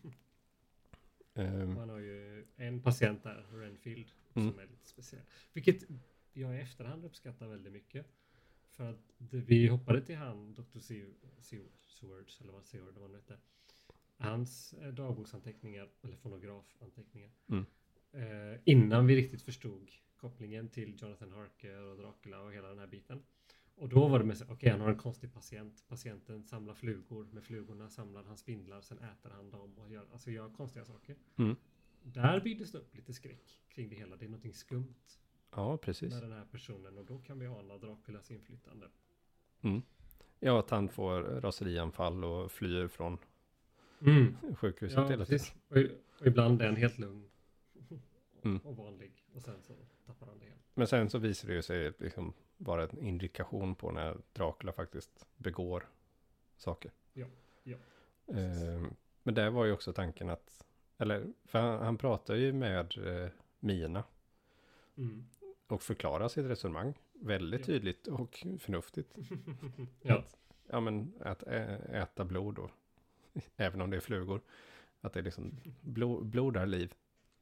[SPEAKER 2] Man har ju en patient där, Renfield, som är lite speciell. Vilket jag i efterhand uppskattar väldigt mycket. För att vi hoppade till han, Dr. Seward, eller vad Seward det var nu hette. Hans dagboksanteckningar, eller fonografanteckningar. Innan vi riktigt förstod kopplingen till Jonathan Harker och Dracula och hela den här biten. Och då var det med okej, han har en konstig patient. Patienten samlar flugor. Med flugorna samlar han spindlar. Sen äter han dem och gör konstiga saker. Där byggdes det upp lite skräck kring det hela. Det är någonting skumt.
[SPEAKER 1] Ja, precis.
[SPEAKER 2] Med den här personen. Och då kan vi ana Draculas inflytande.
[SPEAKER 1] Ja, att han får raserianfall och flyr från sjukhuset hela tiden.
[SPEAKER 2] Och ibland är han helt lugn. Och vanlig. Och sen så tappar han det igen.
[SPEAKER 1] Men sen så visar det ju sig liksom vara en indikation på när Dracula faktiskt begår saker.
[SPEAKER 2] Ja.
[SPEAKER 1] Men där var ju också tanken att, eller för han pratar ju med Mina och förklarar sitt resonemang väldigt tydligt och förnuftigt. Att äta blod då, även om det är flugor, att det är liksom blod är liv.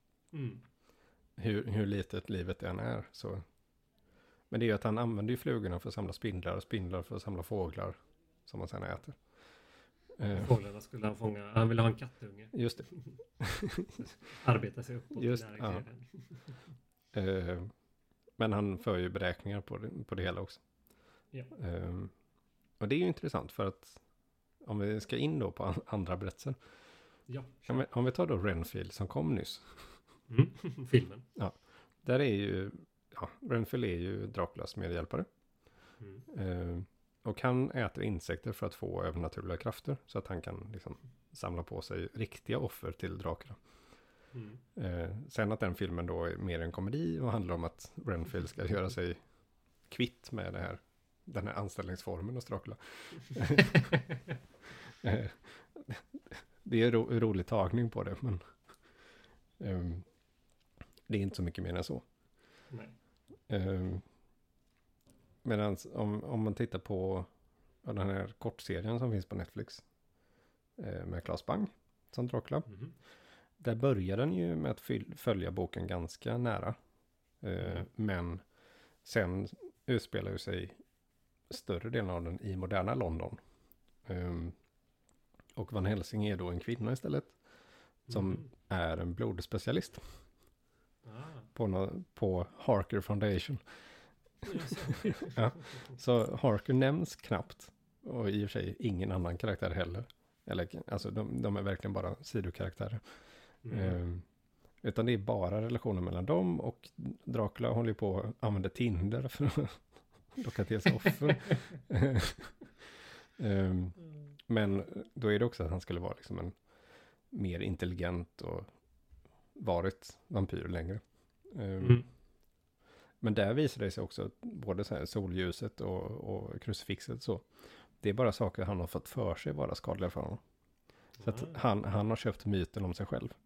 [SPEAKER 1] Hur litet livet än är så. Men det är ju att han använder ju flugorna för att samla spindlar och spindlar för att samla fåglar som man sedan äter.
[SPEAKER 2] Fåglarna skulle han fånga. Han ville ha en kattunge.
[SPEAKER 1] Just det.
[SPEAKER 2] Arbeta sig uppåt.
[SPEAKER 1] Men han för ju beräkningar på det hela också.
[SPEAKER 2] Ja.
[SPEAKER 1] Och det är ju intressant för att om vi ska in då på andra berättelser
[SPEAKER 2] Ja.
[SPEAKER 1] Om vi tar då Renfield som kom nyss.
[SPEAKER 2] Filmen.
[SPEAKER 1] Ja, där är ju, Renfield är ju Draculas medhjälpare. Och han äter insekter för att få övernaturliga krafter. Så att han kan liksom samla på sig riktiga offer till Dracula. Sen att den filmen då är mer en komedi och handlar om att Renfield ska göra sig kvitt med den här anställningsformen hos Dracula. Det är rolig tagning på det, men det är inte så mycket mer än så.
[SPEAKER 2] Nej.
[SPEAKER 1] Medan om man tittar på den här kortserien som finns på Netflix med Claes Bang som Dracula. Där börjar den ju med att följa boken ganska nära. Men sen utspelar ju sig större delen av den i moderna London. Och Van Helsing är då en kvinna istället. Som är en blodspecialist. På Harker Foundation. Ja. Så Harker nämns knappt. Och i och för sig ingen annan karaktär heller. Alltså de är verkligen bara sidokaraktärer. Utan det är bara relationen mellan dem. Och Dracula håller på att använda Tinder för att locka till sig offer. Men då är det också att han skulle vara liksom en mer intelligent och varit vampyr längre. Men där visar det sig också att både så här solljuset och krucifixet så. Det är bara saker han har fått för sig vara skadliga för honom. Så att han har köpt myten om sig själv.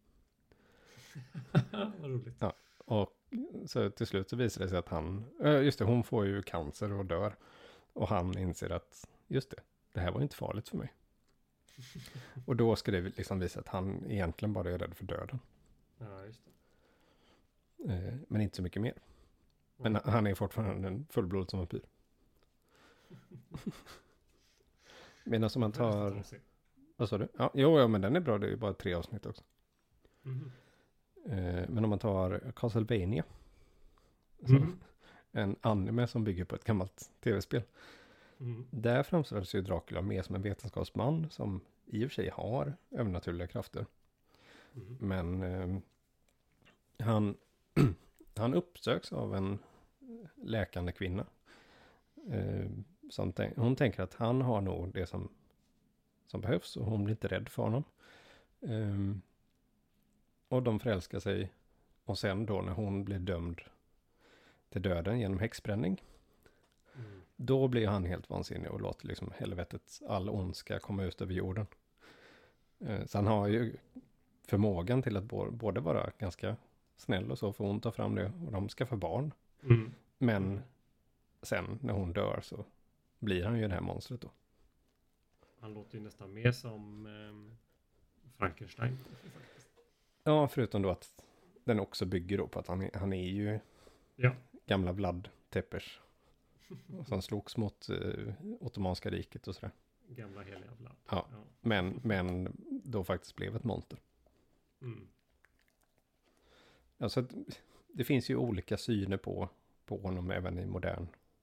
[SPEAKER 2] Vad roligt.
[SPEAKER 1] Ja, och så till slut så visar det sig att hon får ju cancer och dör. Och han inser att, det här var inte farligt för mig. Och då ska det liksom visa att han egentligen bara är rädd för döden.
[SPEAKER 2] Ja, just det.
[SPEAKER 1] Men inte så mycket mer. Men han är fortfarande en fullblod som vampyr. Medan som man tar... Vad sa du? Ja, men den är bra. Det är ju bara 3 avsnitt också. Men om man tar Castlevania. En anime som bygger på ett gammalt tv-spel. Där framställs ju Dracula mer som en vetenskapsman som i och för sig har övernaturliga krafter. Men han uppsöks av en läkande kvinna. Hon tänker att han har nog det som behövs och hon blir inte rädd för honom. Och de förälskar sig. Och sen då när hon blir dömd till döden genom häxbränning. Då blir han helt vansinnig och låter liksom helvetets all ondska komma ut över jorden. Så han har ju förmågan till att både vara ganska snäll och så, för hon tar fram det och de skaffar barn. Men sen när hon dör så blir han ju det här monstret då.
[SPEAKER 2] Han låter ju nästan mer som Frankenstein.
[SPEAKER 1] Ja, förutom då att den också bygger då på att han är ju gamla Vlad Tepes. Som slogs mot Ottomanska riket och sådär.
[SPEAKER 2] Gamla heliga Vlad.
[SPEAKER 1] Ja. Men då faktiskt blev ett monster. Alltså det finns ju olika syner på honom även i modern.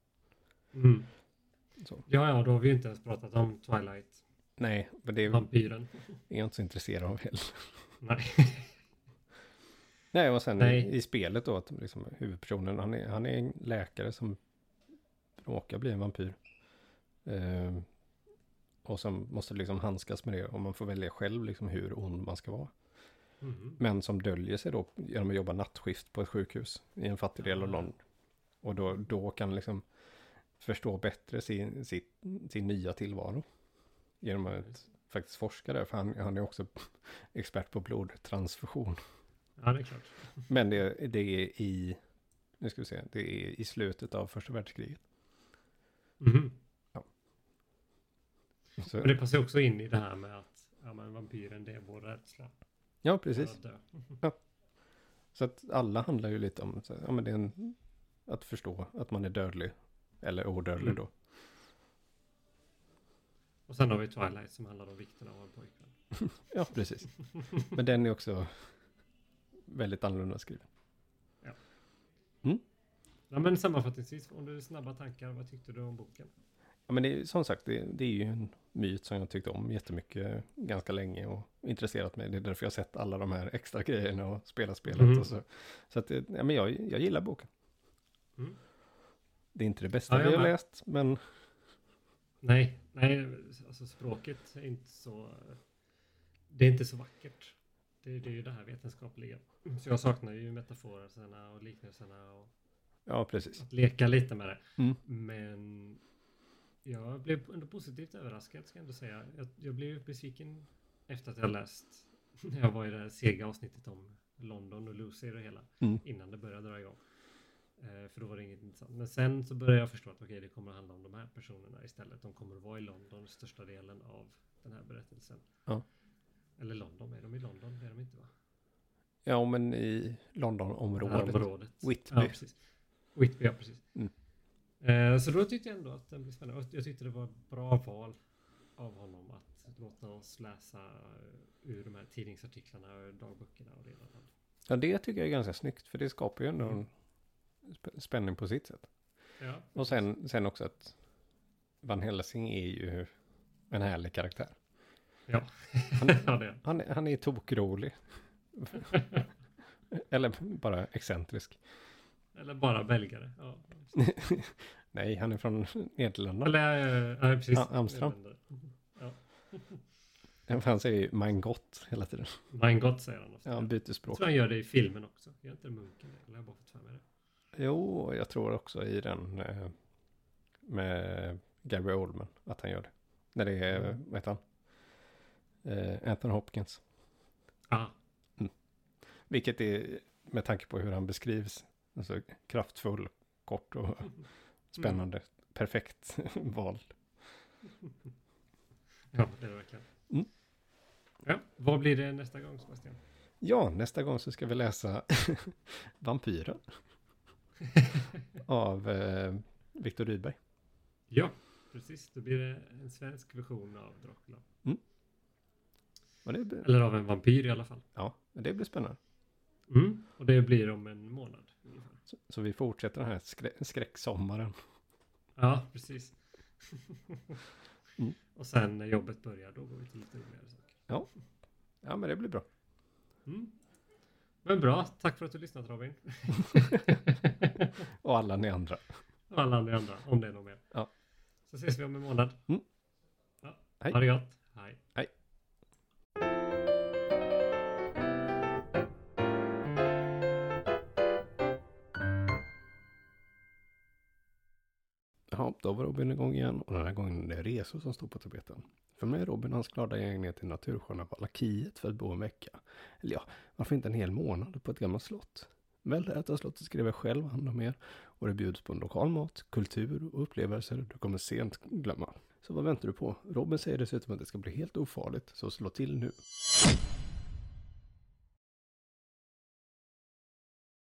[SPEAKER 1] Så.
[SPEAKER 2] Ja, då har vi ju inte ens pratat om Twilight.
[SPEAKER 1] Nej, men det är
[SPEAKER 2] vampyren.
[SPEAKER 1] Är jag inte så intresserad av heller.
[SPEAKER 2] Nej.
[SPEAKER 1] Nej, och sen i spelet då att liksom, huvudpersonen, han är en läkare som råkar bli en vampyr. Och som måste liksom handskas med det. Och man får välja själv liksom hur ond man ska vara. Men som döljer sig då genom att jobba nattskift på ett sjukhus i en fattig del av London. Och då kan liksom förstå bättre sin nya tillvaro. Genom att faktiskt forska där. För han är också expert på blodtransfusion.
[SPEAKER 2] Ja, det är klart. Men
[SPEAKER 1] det är i slutet av första världskriget. Ja.
[SPEAKER 2] Men det passar också in i det här med att vampyren, det är vår rädsla.
[SPEAKER 1] Ja, precis. Ja. Så att alla handlar ju lite om det är att förstå att man är dödlig eller odödlig då.
[SPEAKER 2] Och sen har vi Twilight som handlar om vikten av en pojkvän.
[SPEAKER 1] Ja, precis. Men den är också väldigt annorlunda skriven.
[SPEAKER 2] Ja. Ja, men sammanfattningsvis, om du snabba tankar, vad tyckte du om boken?
[SPEAKER 1] Ja, men det är, som sagt, det är ju en myt som jag tyckte om jättemycket ganska länge och intresserat mig. Det är därför jag har sett alla de här extra grejerna och spelat och så. Så att, ja, men jag gillar boken.
[SPEAKER 2] Mm.
[SPEAKER 1] Det är inte det bästa vi har läst, men...
[SPEAKER 2] Nej, alltså språket är inte så... Det är inte så vackert. Det är ju det här vetenskapliga. Så jag saknar ju metaforerna och liknelserna och...
[SPEAKER 1] Ja, precis.
[SPEAKER 2] Att leka lite med det.
[SPEAKER 1] Mm.
[SPEAKER 2] Men jag blev ändå positivt överraskad, ska jag ändå säga. Jag blev besviken efter att jag läst, när jag var i det här sega avsnittet om London och Lucy och hela, innan det började dra igång. För då var det inget intressant. Men sen så började jag förstå att okej, det kommer att handla om de här personerna istället. De kommer att vara i London största delen av den här berättelsen.
[SPEAKER 1] Ja.
[SPEAKER 2] Eller London, är de i London? Det är de inte, va?
[SPEAKER 1] Ja, men i London-området. Whitby.
[SPEAKER 2] Ja, precis. Whitby, ja, precis. Så då tyckte jag ändå att den blev spännande. Jag tyckte det var ett bra val av honom att låta oss läsa ur de här tidningsartiklarna och dagböckerna och det ena.
[SPEAKER 1] Ja, det tycker jag är ganska snyggt, för det skapar ju ändå en spänning på sitt sätt.
[SPEAKER 2] Ja,
[SPEAKER 1] och sen också att Van Helsing är ju en härlig karaktär.
[SPEAKER 2] Ja,
[SPEAKER 1] han är tokrolig. Eller bara excentrisk.
[SPEAKER 2] Eller bara belgare. Ja.
[SPEAKER 1] Nej, han är från Nederländerna.
[SPEAKER 2] Eller, precis.
[SPEAKER 1] Amsterdam. Ja. Han säger ju mein Gott hela tiden.
[SPEAKER 2] Mein Gott säger han ofta.
[SPEAKER 1] Ja, han byter språk.
[SPEAKER 2] Jag tror han gör det i filmen också. Gör inte munken det? Eller har jag bara fått för mig det?
[SPEAKER 1] Jo, jag tror också i den med Gary Oldman att han gör det. När det är, vad heter han? Anthony Hopkins. Vilket är, med tanke på hur han beskrivs, alltså kraftfull, kort och spännande. Perfekt val.
[SPEAKER 2] Ja, det är det verkligen. Ja, vad blir det nästa gång, Sebastian?
[SPEAKER 1] Ja, nästa gång så ska vi läsa Vampyren av Viktor Rydberg.
[SPEAKER 2] Ja, precis. Då blir det en svensk version av Dracula. Eller av en vampyr i alla fall.
[SPEAKER 1] Ja, det blir spännande.
[SPEAKER 2] Och det blir om en månad ungefär.
[SPEAKER 1] Så vi fortsätter den här skräcksommaren.
[SPEAKER 2] Ja, precis. Och sen när jobbet börjar, då går vi till lite roligare saker.
[SPEAKER 1] Ja, men det blir bra.
[SPEAKER 2] Men bra, tack för att du lyssnat, Robin.
[SPEAKER 1] Och alla ni andra.
[SPEAKER 2] Och alla ni andra, om det är någon mer.
[SPEAKER 1] Ja.
[SPEAKER 2] Så ses vi om en månad. Ja.
[SPEAKER 1] Hej.
[SPEAKER 2] Ha det gott. Hej.
[SPEAKER 1] Hej. Ja, då var Robin igång igen och den här gången är det resor som står på tapeten. För mig är Robin hans glada gäng ner till natursköna Valakiet för att bo en vecka. Eller ja, varför inte en hel månad på ett gammalt slott? Väl äta slottet skriver jag själv hand om er och det bjuds på en lokal mat, kultur och upplevelser du kommer sent glömma. Så vad väntar du på? Robin säger dessutom att det ska bli helt ofarligt, så slå till nu.